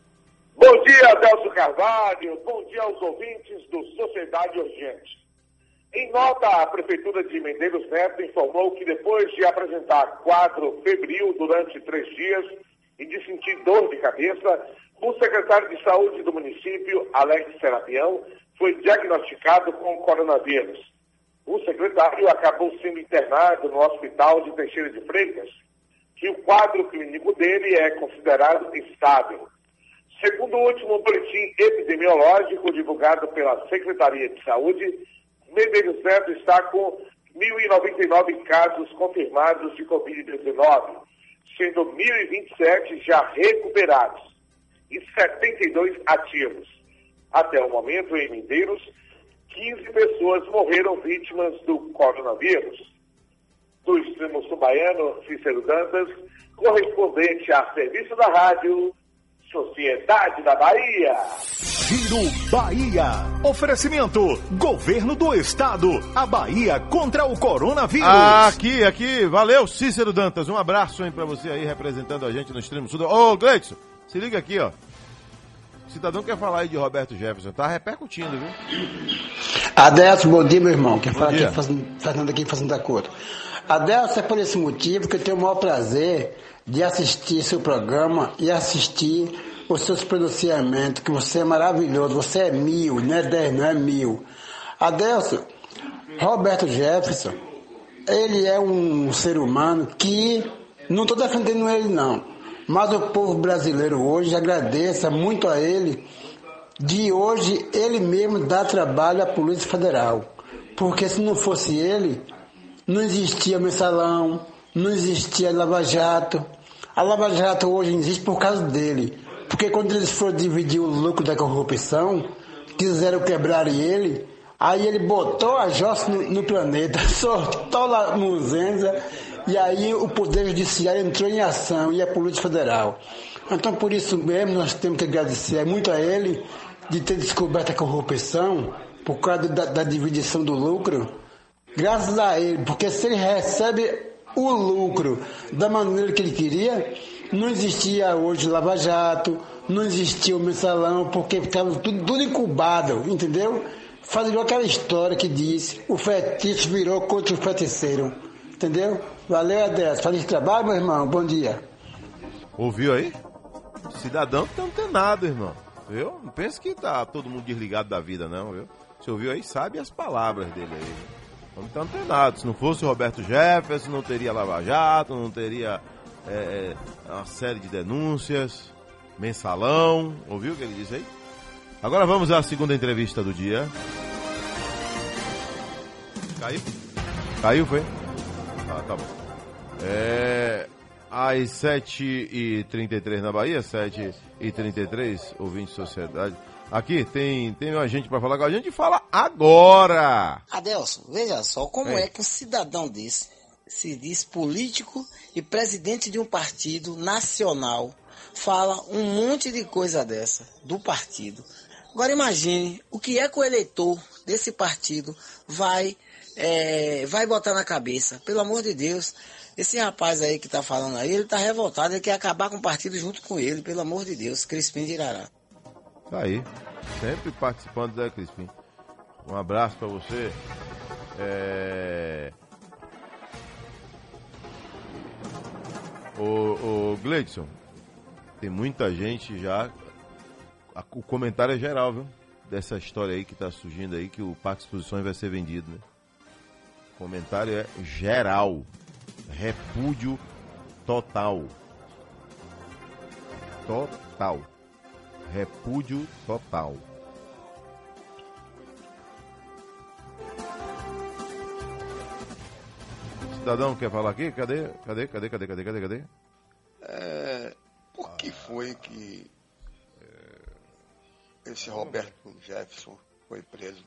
Bom dia, Adelso Carvalho. Bom dia aos ouvintes do Sociedade Urgente. Em nota, a Prefeitura de Medeiros Neto informou que depois de apresentar quadro febril durante 3 dias e de sentir dor de cabeça, o secretário de Saúde do município, Alex Serapião, foi diagnosticado com coronavírus. O secretário acabou sendo internado no hospital de Teixeira de Freitas, que o quadro clínico dele é considerado estável. Segundo o último boletim epidemiológico divulgado pela Secretaria de Saúde, Medeiros Neto está com 1.099 casos confirmados de Covid-19, sendo 1.027 já recuperados e 72 ativos. Até o momento, em Medeiros, 15 pessoas morreram vítimas do coronavírus. Do extremo sul baiano, Cícero Dantas, correspondente a serviço da rádio Sociedade da Bahia. Giro Bahia. Oferecimento: Governo do Estado. A Bahia contra o coronavírus. Aqui. Valeu, Cícero Dantas. Um abraço, hein, pra você aí, representando a gente no extremo sul. Ô, Gleidson, se liga aqui, ó. O cidadão quer falar aí de Roberto Jefferson. Tá repercutindo, viu? Adelso, bom dia, meu irmão. Quem fala aqui, Fernando aqui, Fazendo da Couto. Adelso, é por esse motivo que eu tenho o maior prazer de assistir seu programa e assistir os seus pronunciamentos, que você é maravilhoso, você é 1000, não é 10, não é 1000. Adelso, Roberto Jefferson, ele é um ser humano que, não estou defendendo ele não, mas o povo brasileiro hoje agradece muito a ele de hoje ele mesmo dá trabalho à Polícia Federal. Porque se não fosse ele, não existia mensalão, não existia Lava Jato. A Lava Jato hoje existe por causa dele. Porque quando eles foram dividir o lucro da corrupção, quiseram quebrar ele, aí ele botou a jossa no planeta, soltou lá no Zenza, e aí o Poder Judiciário entrou em ação, e a Polícia Federal. Então, por isso mesmo, nós temos que agradecer muito a ele de ter descoberto a corrupção, por causa da dividição do lucro, graças a ele, porque se ele recebe o lucro da maneira que ele queria, não existia hoje Lava Jato, não existia o mensalão, porque ficava tudo incubado, entendeu? Fazia aquela história que diz, o fetiche virou contra o feiticeiro, entendeu? Valeu, Adeus. Feliz trabalho, meu irmão. Bom dia. Ouviu aí? Cidadão que tá antenado, irmão. Viu? Não pense que tá todo mundo desligado da vida, não, viu? Você ouviu aí? Sabe as palavras dele aí, viu? Vamos estar antenados. Se não fosse o Roberto Jefferson, não teria Lava Jato, não teria uma série de denúncias, mensalão. Ouviu o que ele disse aí? Agora vamos à segunda entrevista do dia. Caiu? Caiu, foi? Ah, tá bom. Às 7h33 na Bahia, 7h33, ouvinte de sociedade. Aqui tem uma gente para falar com a gente, fala agora. Adelson, veja só, como é que um cidadão desse se diz político e presidente de um partido nacional fala um monte de coisa dessa do partido. Agora imagine o que é que o eleitor desse partido vai botar na cabeça. Pelo amor de Deus, esse rapaz aí que tá falando aí, ele tá revoltado, ele quer acabar com o partido junto com ele, pelo amor de Deus, Crispim de Irará. Tá aí, sempre participando da Crispim. Um abraço pra você. O Gleidson, tem muita gente já. O comentário é geral, viu? Dessa história aí que tá surgindo aí, que o Parque Exposições vai ser vendido, né? O comentário é geral. Repúdio total. Total. Repúdio total. Cidadão quer falar aqui? Cadê? Por que foi que esse Roberto Jefferson foi preso?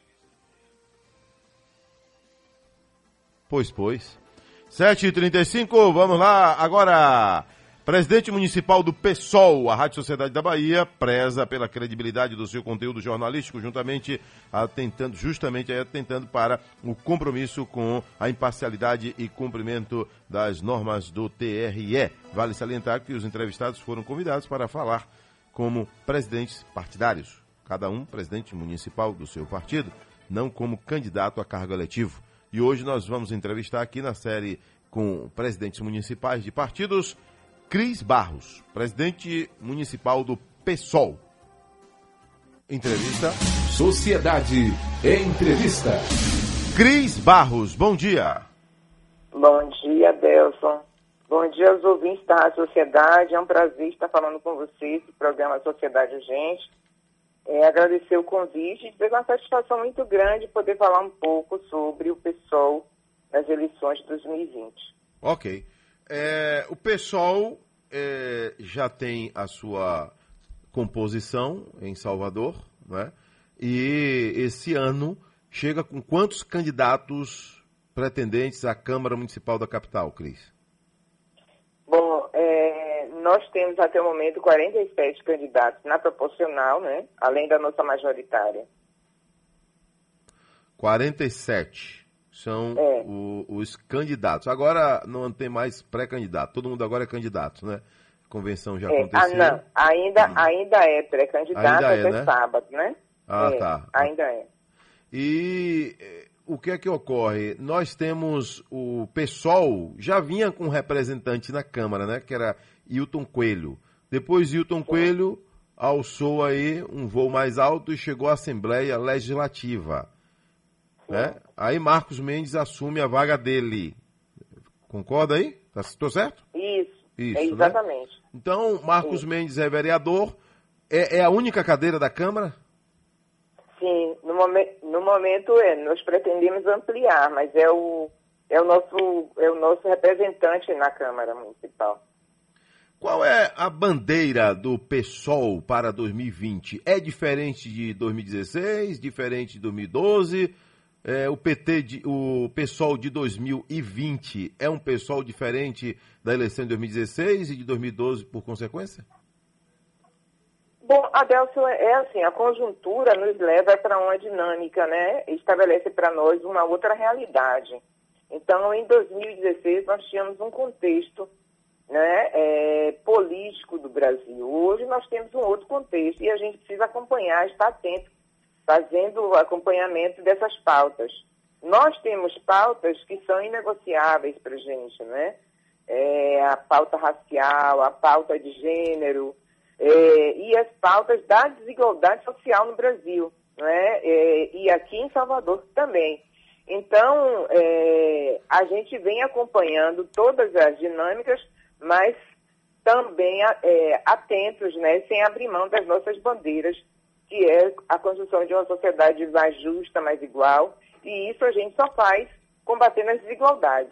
Pois. 7h35, vamos lá. Agora, presidente municipal do PSOL, a Rádio Sociedade da Bahia, preza pela credibilidade do seu conteúdo jornalístico, atentando para o compromisso com a imparcialidade e cumprimento das normas do TRE. Vale salientar que os entrevistados foram convidados para falar como presidentes partidários, cada um presidente municipal do seu partido, não como candidato a cargo eletivo. E hoje nós vamos entrevistar aqui na série com presidentes municipais de partidos, Cris Barros, presidente municipal do PSOL. Entrevista. Sociedade Entrevista. Cris Barros, bom dia. Bom dia, Adelson. Bom dia aos ouvintes da Rádio Sociedade. É um prazer estar falando com vocês do programa Sociedade Urgente. Agradecer o convite e dizer que é uma satisfação muito grande poder falar um pouco sobre o PSOL nas eleições de 2020. Ok. O PSOL já tem a sua composição em Salvador, né? E esse ano chega com quantos candidatos pretendentes à Câmara Municipal da capital, Cris? Bom, nós temos até o momento 47 candidatos na proporcional, né? Além da nossa majoritária. 47 são os candidatos. Agora não tem mais pré-candidato. Todo mundo agora é candidato, né? A convenção já aconteceu. Não. Ainda é pré-candidato até né? sábado, né? Tá. Ainda é. E o que é que ocorre? Nós temos o PSOL, já vinha com um representante na Câmara, né? Que era Hilton Coelho. Depois Hilton Coelho alçou aí um voo mais alto e chegou à Assembleia Legislativa. Né? Aí Marcos Mendes assume a vaga dele. Concorda aí? Estou certo? Isso exatamente. Né? Então, Marcos Mendes é vereador, É a única cadeira da Câmara? Sim, no momento nós pretendemos ampliar, mas é o nosso representante na Câmara Municipal. Qual é a bandeira do PSOL para 2020? É diferente de 2016, diferente de 2012? O PSOL de 2020 é um PSOL diferente da eleição de 2016 e de 2012 por consequência? Bom, Adelson, a conjuntura nos leva para uma dinâmica, né? Estabelece para nós uma outra realidade. Então, em 2016, nós tínhamos um contexto, né, político do Brasil. Hoje nós temos um outro contexto e a gente precisa acompanhar, estar atento, fazendo o acompanhamento dessas pautas. Nós temos pautas que são inegociáveis para a gente, né? A pauta racial, a pauta de gênero, e as pautas da desigualdade social no Brasil, né? E aqui em Salvador também. Então, a gente vem acompanhando todas as dinâmicas, mas também atentos, né? Sem abrir mão das nossas bandeiras, que é a construção de uma sociedade mais justa, mais igual, e isso a gente só faz combatendo as desigualdades.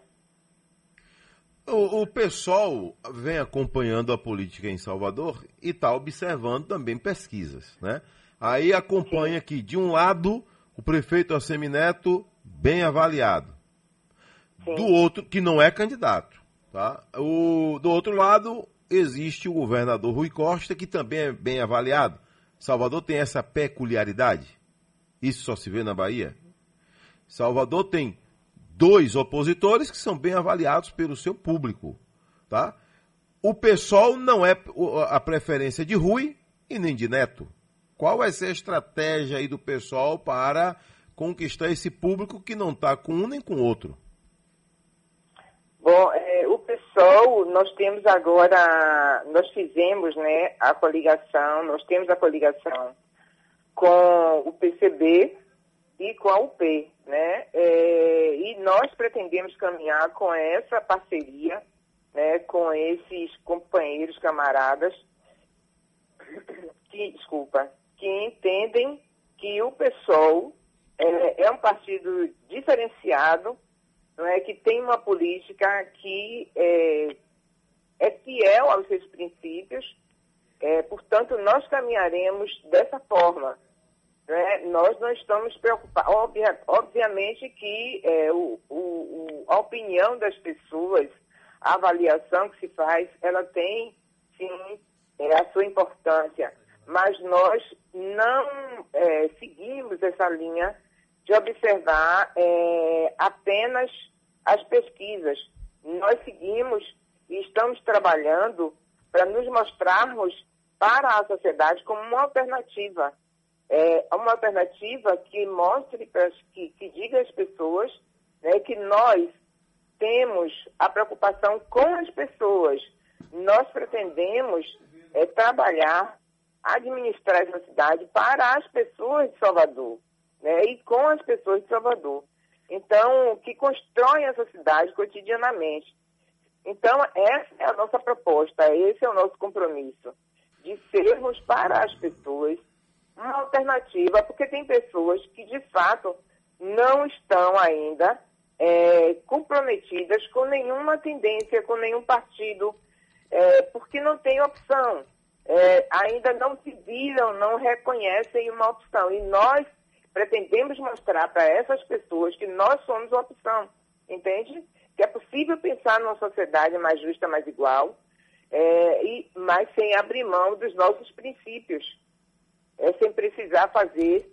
O PSOL vem acompanhando a política em Salvador e está observando também pesquisas, né? Aí acompanha que, de um lado, o prefeito Assemineto bem avaliado, do outro, que não é candidato, tá? Do outro lado, existe o governador Rui Costa, que também é bem avaliado. Salvador tem essa peculiaridade? Isso só se vê na Bahia? Salvador tem 2 opositores que são bem avaliados pelo seu público, tá? O PSOL não é a preferência de Rui e nem de Neto. Qual vai ser a estratégia aí do PSOL para conquistar esse público que não está com um nem com o outro? Bom, o PSOL, nós temos agora, nós fizemos, né, a coligação, nós temos a coligação com o PCB e com a UP, né, e nós pretendemos caminhar com essa parceria, né, com esses companheiros, camaradas, que entendem que o PSOL é um partido diferenciado, não é, que tem uma política que é fiel aos seus princípios, portanto, nós caminharemos dessa forma. Né? Nós não estamos preocupados. Obviamente que a opinião das pessoas, a avaliação que se faz, ela tem, sim, a sua importância, mas nós não seguimos essa linha de observar apenas as pesquisas. Nós seguimos e estamos trabalhando para nos mostrarmos para a sociedade como uma alternativa. Uma alternativa que mostre, que diga às pessoas, né, que nós temos a preocupação com as pessoas. Nós pretendemos trabalhar, administrar essa cidade para as pessoas de Salvador, né, e com as pessoas de Salvador. Então, que constroem essa cidade cotidianamente. Então, essa é a nossa proposta, esse é o nosso compromisso, de sermos para as pessoas uma alternativa, porque tem pessoas que, de fato, não estão ainda comprometidas com nenhuma tendência, com nenhum partido, porque não tem opção. Ainda não se viram, não reconhecem uma opção. E nós pretendemos mostrar para essas pessoas que nós somos uma opção, entende? Que é possível pensar numa sociedade mais justa, mais igual, mas sem abrir mão dos nossos princípios, sem precisar fazer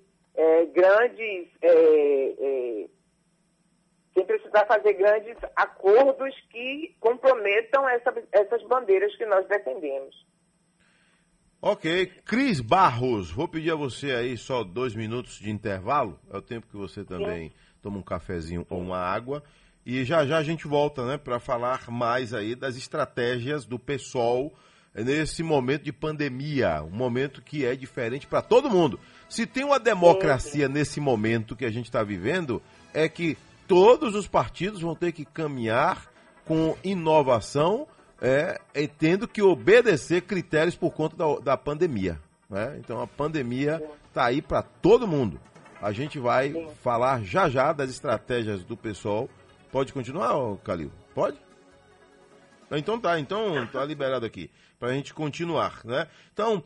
sem precisar fazer grandes acordos que comprometam essas bandeiras que nós defendemos. Ok. Cris Barros, vou pedir a você aí só 2 minutos de intervalo, é o tempo que você também toma um cafezinho ou uma água, e já a gente volta, né, para falar mais aí das estratégias do PSOL nesse momento de pandemia, um momento que é diferente para todo mundo. Se tem uma democracia nesse momento que a gente está vivendo, é que todos os partidos vão ter que caminhar com inovação, tendo que obedecer critérios por conta da pandemia. né? Então a pandemia está aí para todo mundo. A gente vai falar já das estratégias do PSOL. Pode continuar, Calil? Pode? Então tá liberado aqui, para a gente continuar, né? Então,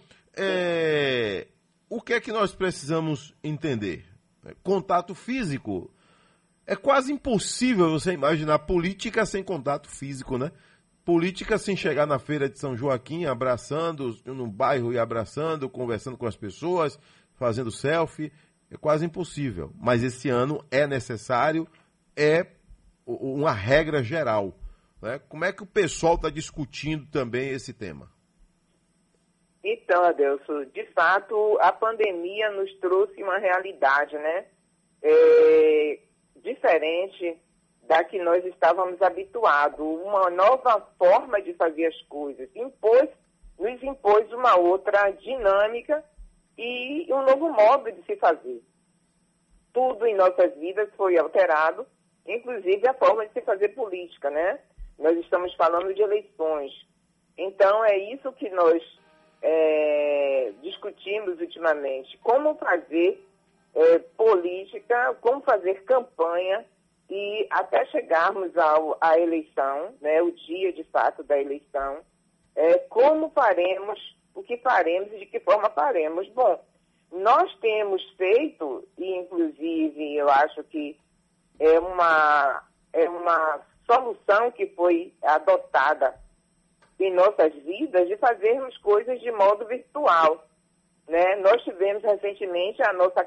o que é que nós precisamos entender? Contato físico. É quase impossível você imaginar política sem contato físico, né? Política sem chegar na feira de São Joaquim, abraçando, no bairro e abraçando, conversando com as pessoas, fazendo selfie. É quase impossível. Mas esse ano é necessário, é uma regra geral, né? Como é que o pessoal está discutindo também esse tema? Então, Adelso, de fato, a pandemia nos trouxe uma realidade, né? Diferente da que nós estávamos habituados, uma nova forma de fazer as coisas. Nos impôs uma outra dinâmica e um novo modo de se fazer. Tudo em nossas vidas foi alterado, inclusive a forma de se fazer política, né? Nós estamos falando de eleições. Então, é isso que nós discutimos ultimamente. Como fazer política, como fazer campanha e até chegarmos à eleição, né, o dia de fato da eleição, como faremos, o que faremos e de que forma faremos. Bom, nós temos feito, e inclusive eu acho que é uma solução que foi adotada em nossas vidas de fazermos coisas de modo virtual, né? Nós tivemos recentemente a nossa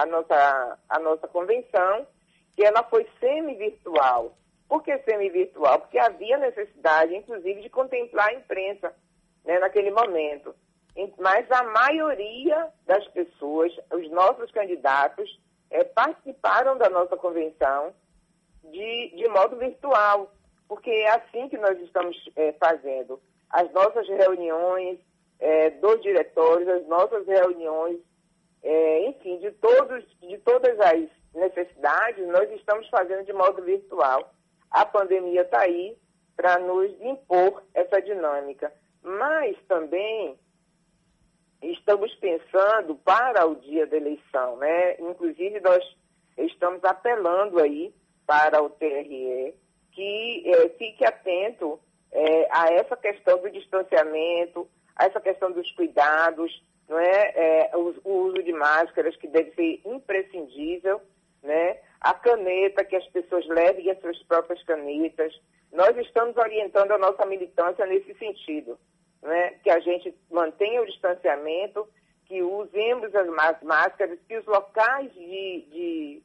convenção, que ela foi semi-virtual. Por que semi-virtual? Porque havia necessidade, inclusive, de contemplar a imprensa, né, naquele momento. Mas a maioria das pessoas, os nossos candidatos, participaram da nossa convenção de modo virtual, porque é assim que nós estamos fazendo. As nossas reuniões dos diretórios, as nossas reuniões, enfim, de todas as necessidades, nós estamos fazendo de modo virtual. A pandemia está aí para nos impor essa dinâmica. Mas também estamos pensando para o dia da eleição, né? Inclusive, nós estamos apelando aí para o TRE que fique atento a essa questão do distanciamento, a essa questão dos cuidados, não é? O uso de máscaras, que deve ser imprescindível, né? A caneta, que as pessoas levem as suas próprias canetas. Nós estamos orientando a nossa militância nesse sentido, né? Que a gente mantenha o distanciamento, que usemos as máscaras, que os locais de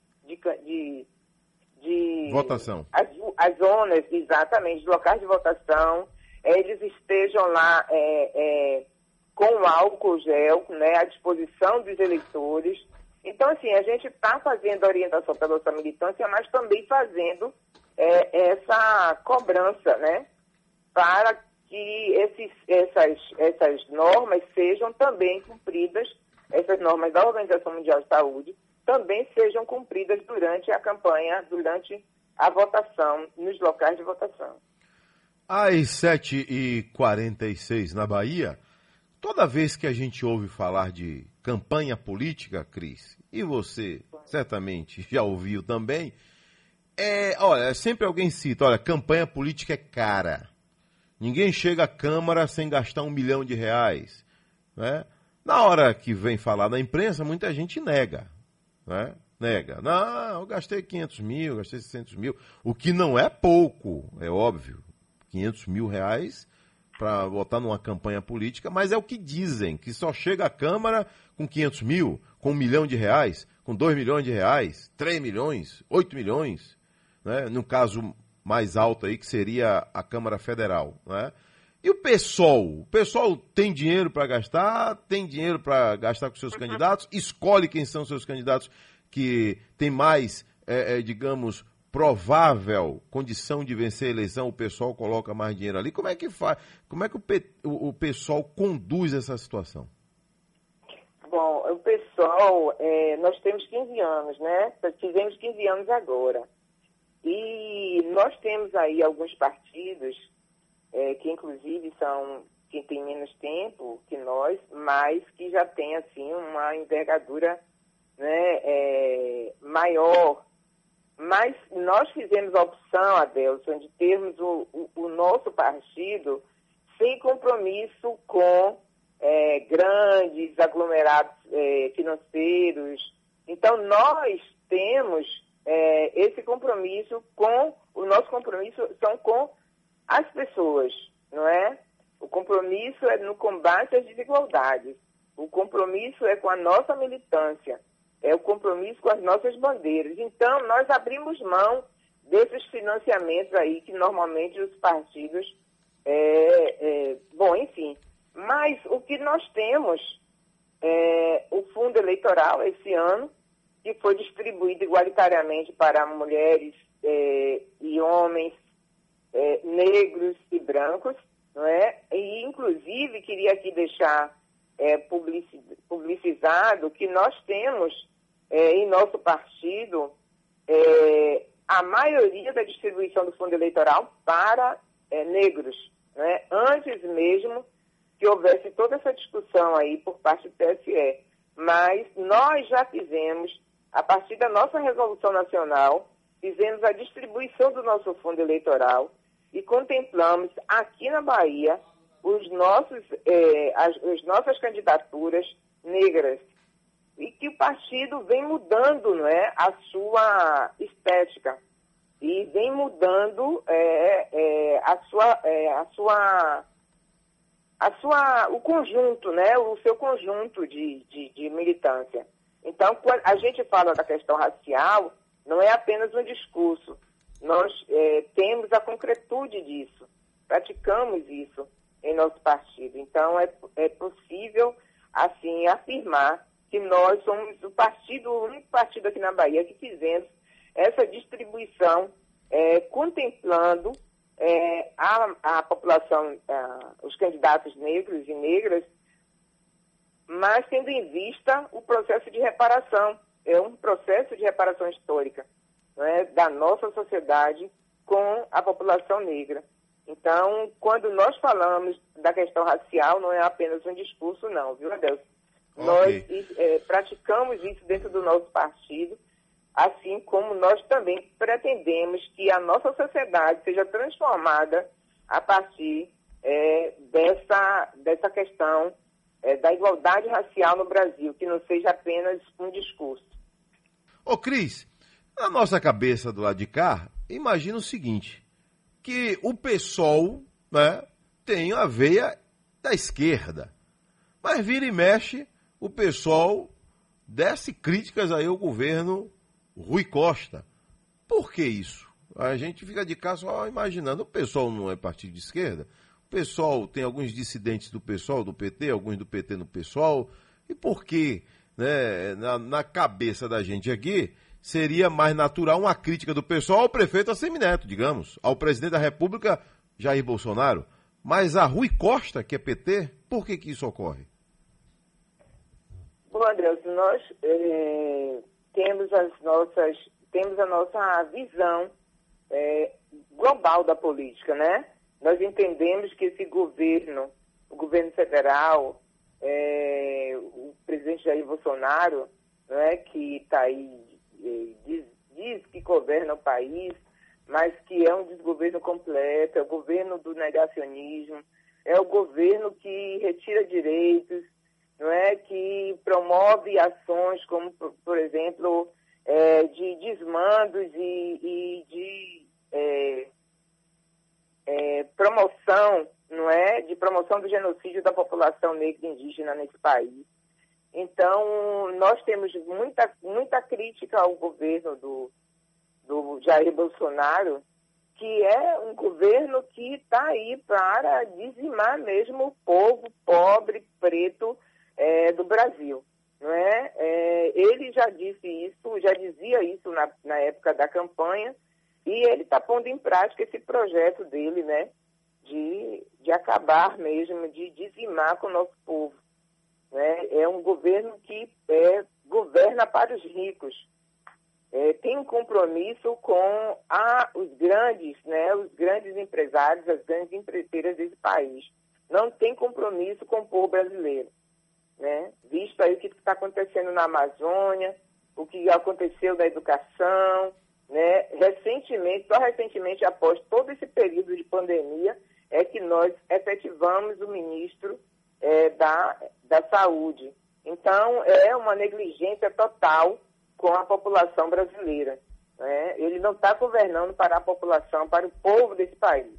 votação, as zonas, exatamente, os locais de votação, eles estejam lá com álcool gel, né, à disposição dos eleitores. Então, assim, a gente está fazendo a orientação para a nossa militância, mas também fazendo essa cobrança, né, para que essas normas sejam também cumpridas, essas normas da Organização Mundial de Saúde, também sejam cumpridas durante a campanha, durante a votação, nos locais de votação. Às 7h46 na Bahia, toda vez que a gente ouve falar de campanha política, Cris, e você certamente já ouviu também, sempre alguém cita, campanha política é cara. Ninguém chega à Câmara sem gastar R$1 milhão, né? Na hora que vem falar na imprensa, muita gente nega, né? Nega. Não, eu gastei 500 mil, gastei 600 mil, o que não é pouco, é óbvio. 500 mil reais para votar numa campanha política, mas é o que dizem, que só chega à Câmara com 500 mil, com R$1 milhão, com R$2 milhões, 3 milhões, 8 milhões, né? No caso mais alto aí, que seria a Câmara Federal, né? E o PSOL? O PSOL tem dinheiro para gastar, tem dinheiro para gastar com seus candidatos, escolhe quem são seus candidatos que tem mais, digamos, provável condição de vencer a eleição, o PSOL coloca mais dinheiro ali. Como é que faz? Como é que o PSOL conduz essa situação? Bom, o PSOL, nós temos 15 anos, né? Tivemos 15 anos agora. E nós temos aí alguns partidos que inclusive são quem tem menos tempo que nós, mas que já tem, assim, uma envergadura, né, maior. Mas nós fizemos a opção, Adelson, de termos o nosso partido sem compromisso com grandes aglomerados financeiros. Então, nós temos esse compromisso o nosso compromisso são com as pessoas, não é? O compromisso é no combate às desigualdades. O compromisso é com a nossa militância. É o compromisso com as nossas bandeiras. Então, nós abrimos mão desses financiamentos aí que normalmente os partidos... bom, enfim. Mas o que nós temos o fundo eleitoral esse ano, que foi distribuído igualitariamente para mulheres e homens, negros e brancos, não é? E, inclusive, queria aqui deixar publicizado que nós temos em nosso partido a maioria da distribuição do fundo eleitoral para negros, né? Antes mesmo que houvesse toda essa discussão aí por parte do TSE. Mas nós já fizemos, a partir da nossa resolução nacional, fizemos a distribuição do nosso fundo eleitoral e contemplamos aqui na Bahia as nossas candidaturas negras. E que o partido vem mudando, não é, a sua estética e vem mudando o conjunto, né, o seu conjunto de militância. Então, quando a gente fala da questão racial, não é apenas um discurso. Nós temos a concretude disso, praticamos isso em nosso partido. Então, é possível, assim, afirmar que nós somos o único partido aqui na Bahia que fizemos essa distribuição contemplando a população, os candidatos negros e negras, mas tendo em vista o processo de reparação. É um processo de reparação histórica, não é, da nossa sociedade com a população negra. Então, quando nós falamos da questão racial, não é apenas um discurso, não, viu, Adelson? Okay. Nós praticamos isso dentro do nosso partido, assim como nós também pretendemos que a nossa sociedade seja transformada a partir dessa questão da igualdade racial no Brasil, que não seja apenas um discurso. Ô Cris, na nossa cabeça do lado de cá, imagina o seguinte, que o PSOL, né, tem a veia da esquerda, mas vira e mexe, o PSOL desce críticas aí ao governo Rui Costa. Por que isso? A gente fica de cá só imaginando, o PSOL não é partido de esquerda, o PSOL tem alguns dissidentes do PSOL, do PT, alguns do PT no PSOL, e por que, né, na cabeça da gente aqui, seria mais natural uma crítica do PSOL ao prefeito Assemineto, digamos, ao presidente da República, Jair Bolsonaro, mas a Rui Costa, que é PT, por que isso ocorre? Bom, Adelson, nós temos a nossa visão global da política, né? Nós entendemos que esse governo, o governo federal, o presidente Jair Bolsonaro, né, que está aí, diz que governa o país, mas que é um desgoverno completo, é o governo do negacionismo, é o governo que retira direitos, não é, que promove ações como, por exemplo, de desmandos e de promoção, não é, de promoção do genocídio da população negra e indígena nesse país. Então, nós temos muita crítica ao governo do Jair Bolsonaro, que é um governo que está aí para dizimar mesmo o povo pobre, preto, do Brasil, não é? Ele já dizia isso na época da campanha, e ele está pondo em prática esse projeto dele, né, de acabar mesmo, de dizimar com o nosso povo, né? É um governo que governa para os ricos, tem um compromisso com os grandes empresários, as grandes empreiteiras desse país. não tem compromisso com o povo brasileiro, né? Visto aí o que está acontecendo na Amazônia, o que aconteceu na educação, né? Só recentemente, após todo esse período de pandemia, é que nós efetivamos o ministro da Saúde. Então, é uma negligência total com a população brasileira, né? Ele não está governando para a população, para o povo desse país.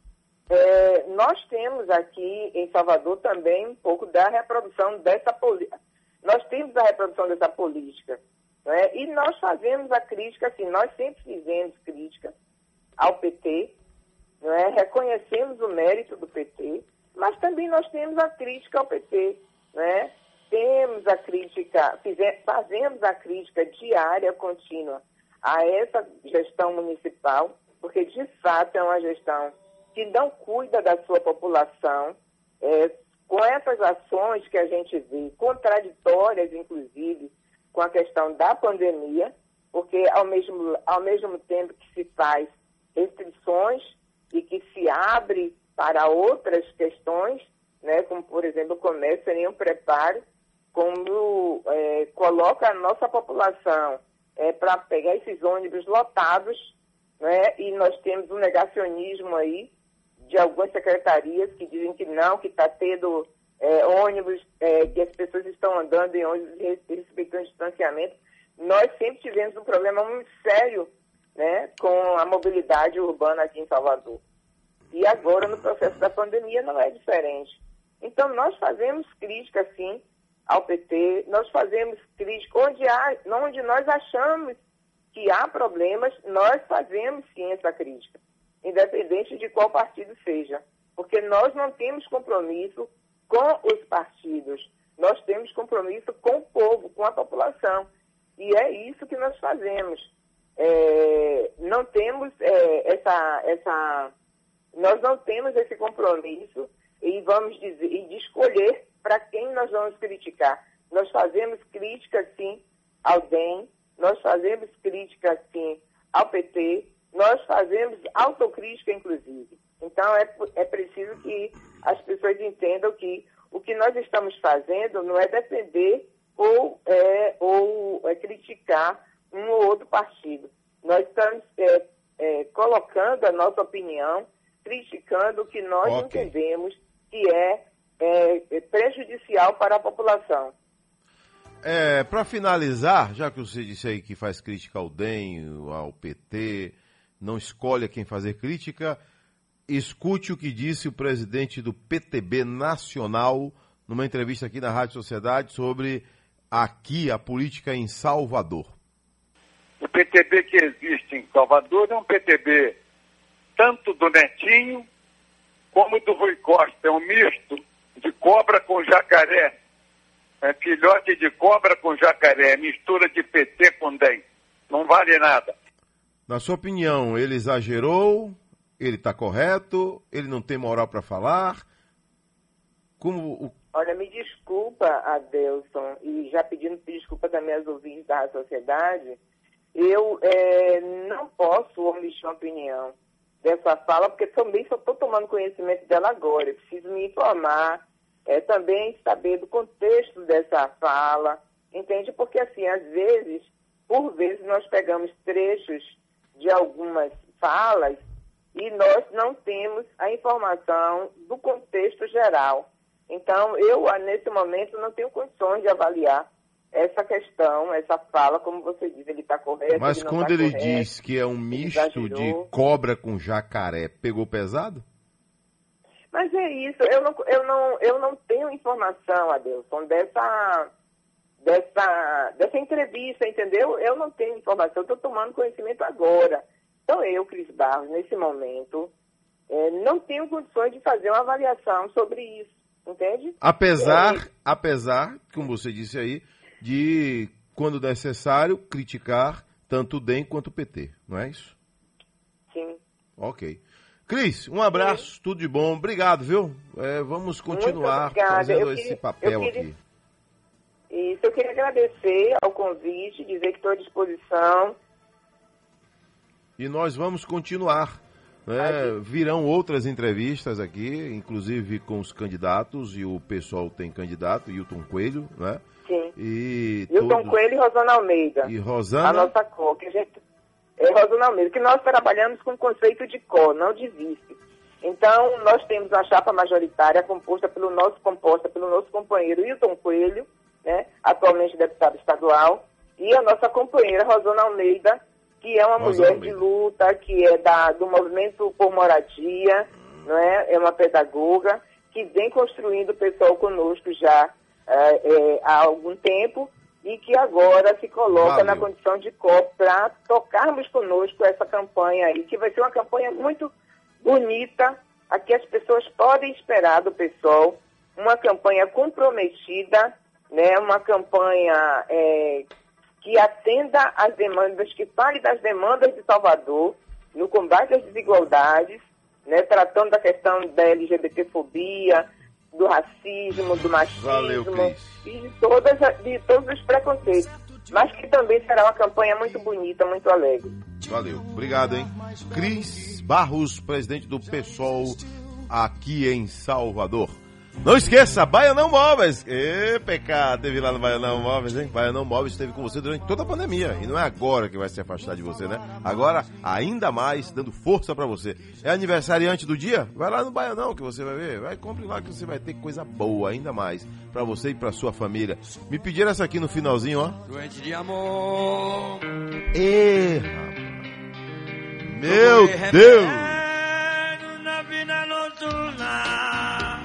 Nós temos aqui em Salvador também um pouco da reprodução dessa política. Nós temos a reprodução dessa política, né? E nós fazemos a crítica, assim, nós sempre fizemos crítica ao PT, né? Reconhecemos o mérito do PT, mas também nós temos a crítica ao PT, né? Temos a crítica, fazemos a crítica diária, contínua, a essa gestão municipal, porque de fato é uma gestão que não cuida da sua população, com essas ações que a gente vê, contraditórias, inclusive, com a questão da pandemia, porque ao mesmo tempo que se faz restrições e que se abre para outras questões, né, como, por exemplo, o comércio sem nenhum preparo, como coloca a nossa população para pegar esses ônibus lotados, né, e nós temos um negacionismo aí de algumas secretarias que dizem que não, que está tendo ônibus, que as pessoas estão andando em ônibus respeitando o distanciamento. Nós sempre tivemos um problema muito sério, né, com a mobilidade urbana aqui em Salvador. E agora, no processo da pandemia, não é diferente. Então, nós fazemos crítica, sim, ao PT, nós fazemos crítica onde nós achamos que há problemas, nós fazemos, sim, essa crítica, independente de qual partido seja, porque nós não temos compromisso com os partidos, nós temos compromisso com o povo, com a população, e é isso que nós fazemos. Não temos nós não temos esse compromisso e vamos dizer, e de escolher para quem nós vamos criticar. Nós fazemos crítica, sim, ao DEM, nós fazemos crítica, sim, ao PT, nós fazemos autocrítica, inclusive. Então, é preciso que as pessoas entendam que o que nós estamos fazendo não é defender ou criticar um ou outro partido. Nós estamos colocando a nossa opinião, criticando o que nós entendemos que é prejudicial para a população. Para finalizar, já que você disse aí que faz crítica ao DEM, ao PT, não escolhe a quem fazer crítica, escute o que disse o presidente do PTB Nacional numa entrevista aqui na Rádio Sociedade sobre aqui a política em Salvador. O PTB que existe em Salvador é um PTB tanto do Netinho como do Rui Costa. É um misto de cobra com jacaré. É filhote de cobra com jacaré. Mistura de PT com DEM. Não vale nada. Na sua opinião, ele exagerou? Ele está correto? Ele não tem moral para falar? Olha, me desculpa, Adelson, e já pedindo desculpa também aos ouvintes da Sociedade, eu não posso omitir uma opinião dessa fala, porque também só estou tomando conhecimento dela agora. Eu preciso me informar, também saber do contexto dessa fala, entende? Porque, assim, por vezes, nós pegamos trechos de algumas falas e nós não temos a informação do contexto geral. Então, eu, nesse momento, não tenho condições de avaliar essa questão, essa fala, como você diz, ele está correto. Mas quando ele diz que é um misto de cobra com jacaré, pegou pesado? Mas é isso, eu não tenho informação, Adelson, dessa entrevista, entendeu? Eu não tenho informação, eu estou tomando conhecimento agora. Então eu, Cris Barros, nesse momento, não tenho condições de fazer uma avaliação sobre isso, entende? Apesar, como você disse aí, de, quando necessário, criticar tanto o DEM quanto o PT, não é isso? Sim. Ok. Cris, um abraço, tudo de bom. Obrigado, viu? Vamos continuar fazendo esse papel aqui. Isso, eu queria agradecer ao convite, dizer que estou à disposição. E nós vamos continuar Virão outras entrevistas aqui, inclusive com os candidatos, e o pessoal tem candidato, Hilton Coelho, né? Sim. E Hilton Coelho e Rosana Almeida. E Rosana? A nossa cor, que a gente... É Rosana Almeida, que nós trabalhamos com o conceito de cor, não de vice. Então, nós temos uma chapa majoritária composta pelo nosso companheiro Hilton Coelho, né, atualmente deputado estadual, e a nossa companheira Rosana Almeida, que é uma mulher de luta, que é do movimento por moradia, não é? É uma pedagoga, que vem construindo o pessoal conosco já há algum tempo, e que agora se coloca na condição de COP para tocarmos conosco essa campanha aí, que vai ser uma campanha muito bonita, a que as pessoas podem esperar do PSOL, uma campanha comprometida, né, uma campanha que atenda às demandas, que fale das demandas de Salvador, no combate às desigualdades, né, tratando da questão da LGBTfobia, do racismo, do machismo e de todos os preconceitos, mas que também será uma campanha muito bonita, muito alegre. Valeu, obrigado, hein? Cris Barros, presidente do PSOL aqui em Salvador. Não esqueça, Baianão Móveis. PK, teve lá no Baianão Móveis, hein? Baianão Móveis esteve com você durante toda a pandemia. E não é agora que vai se afastar de você, né? Agora, ainda mais, dando força pra você. É aniversariante do dia? Vai lá no Baianão que você vai ver. Vai, compre lá que você vai ter coisa boa, ainda mais, pra você e pra sua família. Me pediram essa aqui no finalzinho, ó. Doente de amor. Meu Deus! Na vida noturna.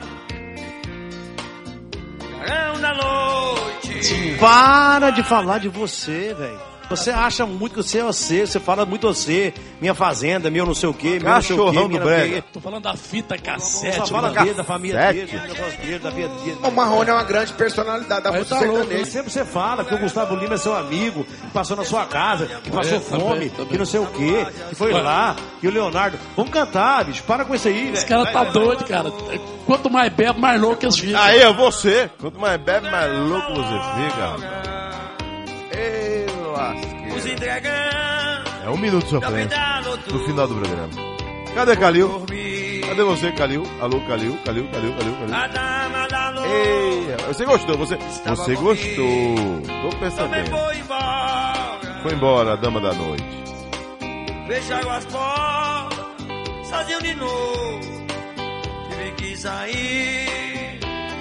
Para de falar de você, velho. Você acha muito que você é você fala muito você, minha fazenda, meu não sei o quê, meu não sei o quê, minha brega. Tô falando da fita cassete. Só fala da família dele, do negócio dele, da vida dele. O Marrone é uma grande personalidade da música sertaneja. Sempre você fala que o Gustavo Lima é seu amigo, que passou na sua casa, que passou fome, que não sei o quê, que foi lá, que o Leonardo... Vamos cantar, bicho, para com isso aí, velho. Esse cara tá doido, cara. Quanto mais bebe, mais louco eles ficam. Aí é você. Quanto mais bebe, mais louco você fica. É 1 minuto de sofrência no final do programa. Cadê Calil? Cadê você, Calil? Alô, Calil. Ei, você gostou, você gostou. Tô percebendo. Foi embora a dama da noite. Fecharam as portas, sozinho de novo. Tive que sair.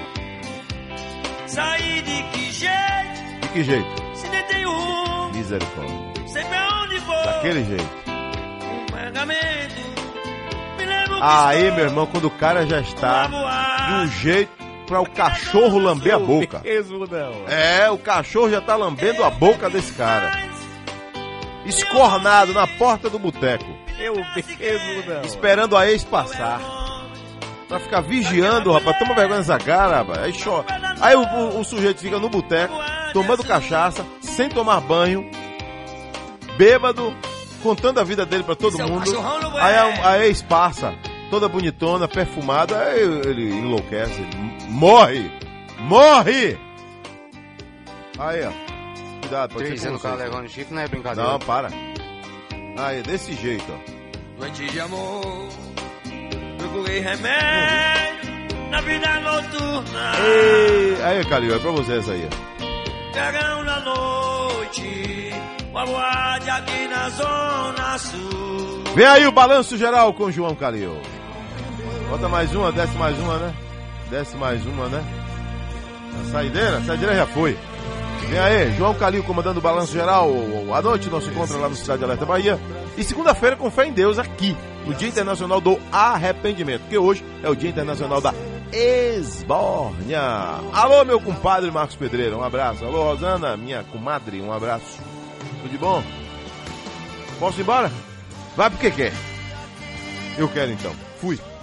Sair de que jeito? De que jeito? Se nem tem um. Misericórdia. Sei pra onde vou. Daquele jeito. Um pagamento. Me lembro que aí, meu irmão, quando o cara já está de um jeito pra o cachorro lamber a boca. O cachorro já tá lambendo a boca desse cara. Escornado na porta do boteco. Esperando a ex passar. Pra ficar vigiando, rapaz. Toma vergonha nessa cara, rapaz. Aí chora. Aí o sujeito fica no boteco, tomando cachaça, sem tomar banho, bêbado, contando a vida dele pra todo mundo. Aí a ex passa, toda bonitona, perfumada, aí ele enlouquece. Morre! Aí, ó. Cuidado, pode 3 ser anos o cara levando chifre não é brincadeira. Não, para. Aí, desse jeito, ó. Doente de amor, procurei remédio na vida noturna. Aí, Calil, é pra você essa aí, ó. Verão na noite, uma boate aqui na Zona Sul. Vem aí o balanço geral com João Calil. Bota mais uma, desce mais uma, né? A saideira já foi. Vem aí, João Calil comandando o balanço geral. À noite, nosso encontro lá no Cidade Alerta Bahia. E segunda-feira, com fé em Deus, aqui, no Dia Internacional do Arrependimento, porque hoje é o Dia Internacional da Esbórnia. Alô, meu compadre Marcos Pedreira, um abraço. Alô, Rosana, minha comadre, um abraço. Tudo de bom? Posso ir embora? Vai porque quer. Eu quero então. Fui.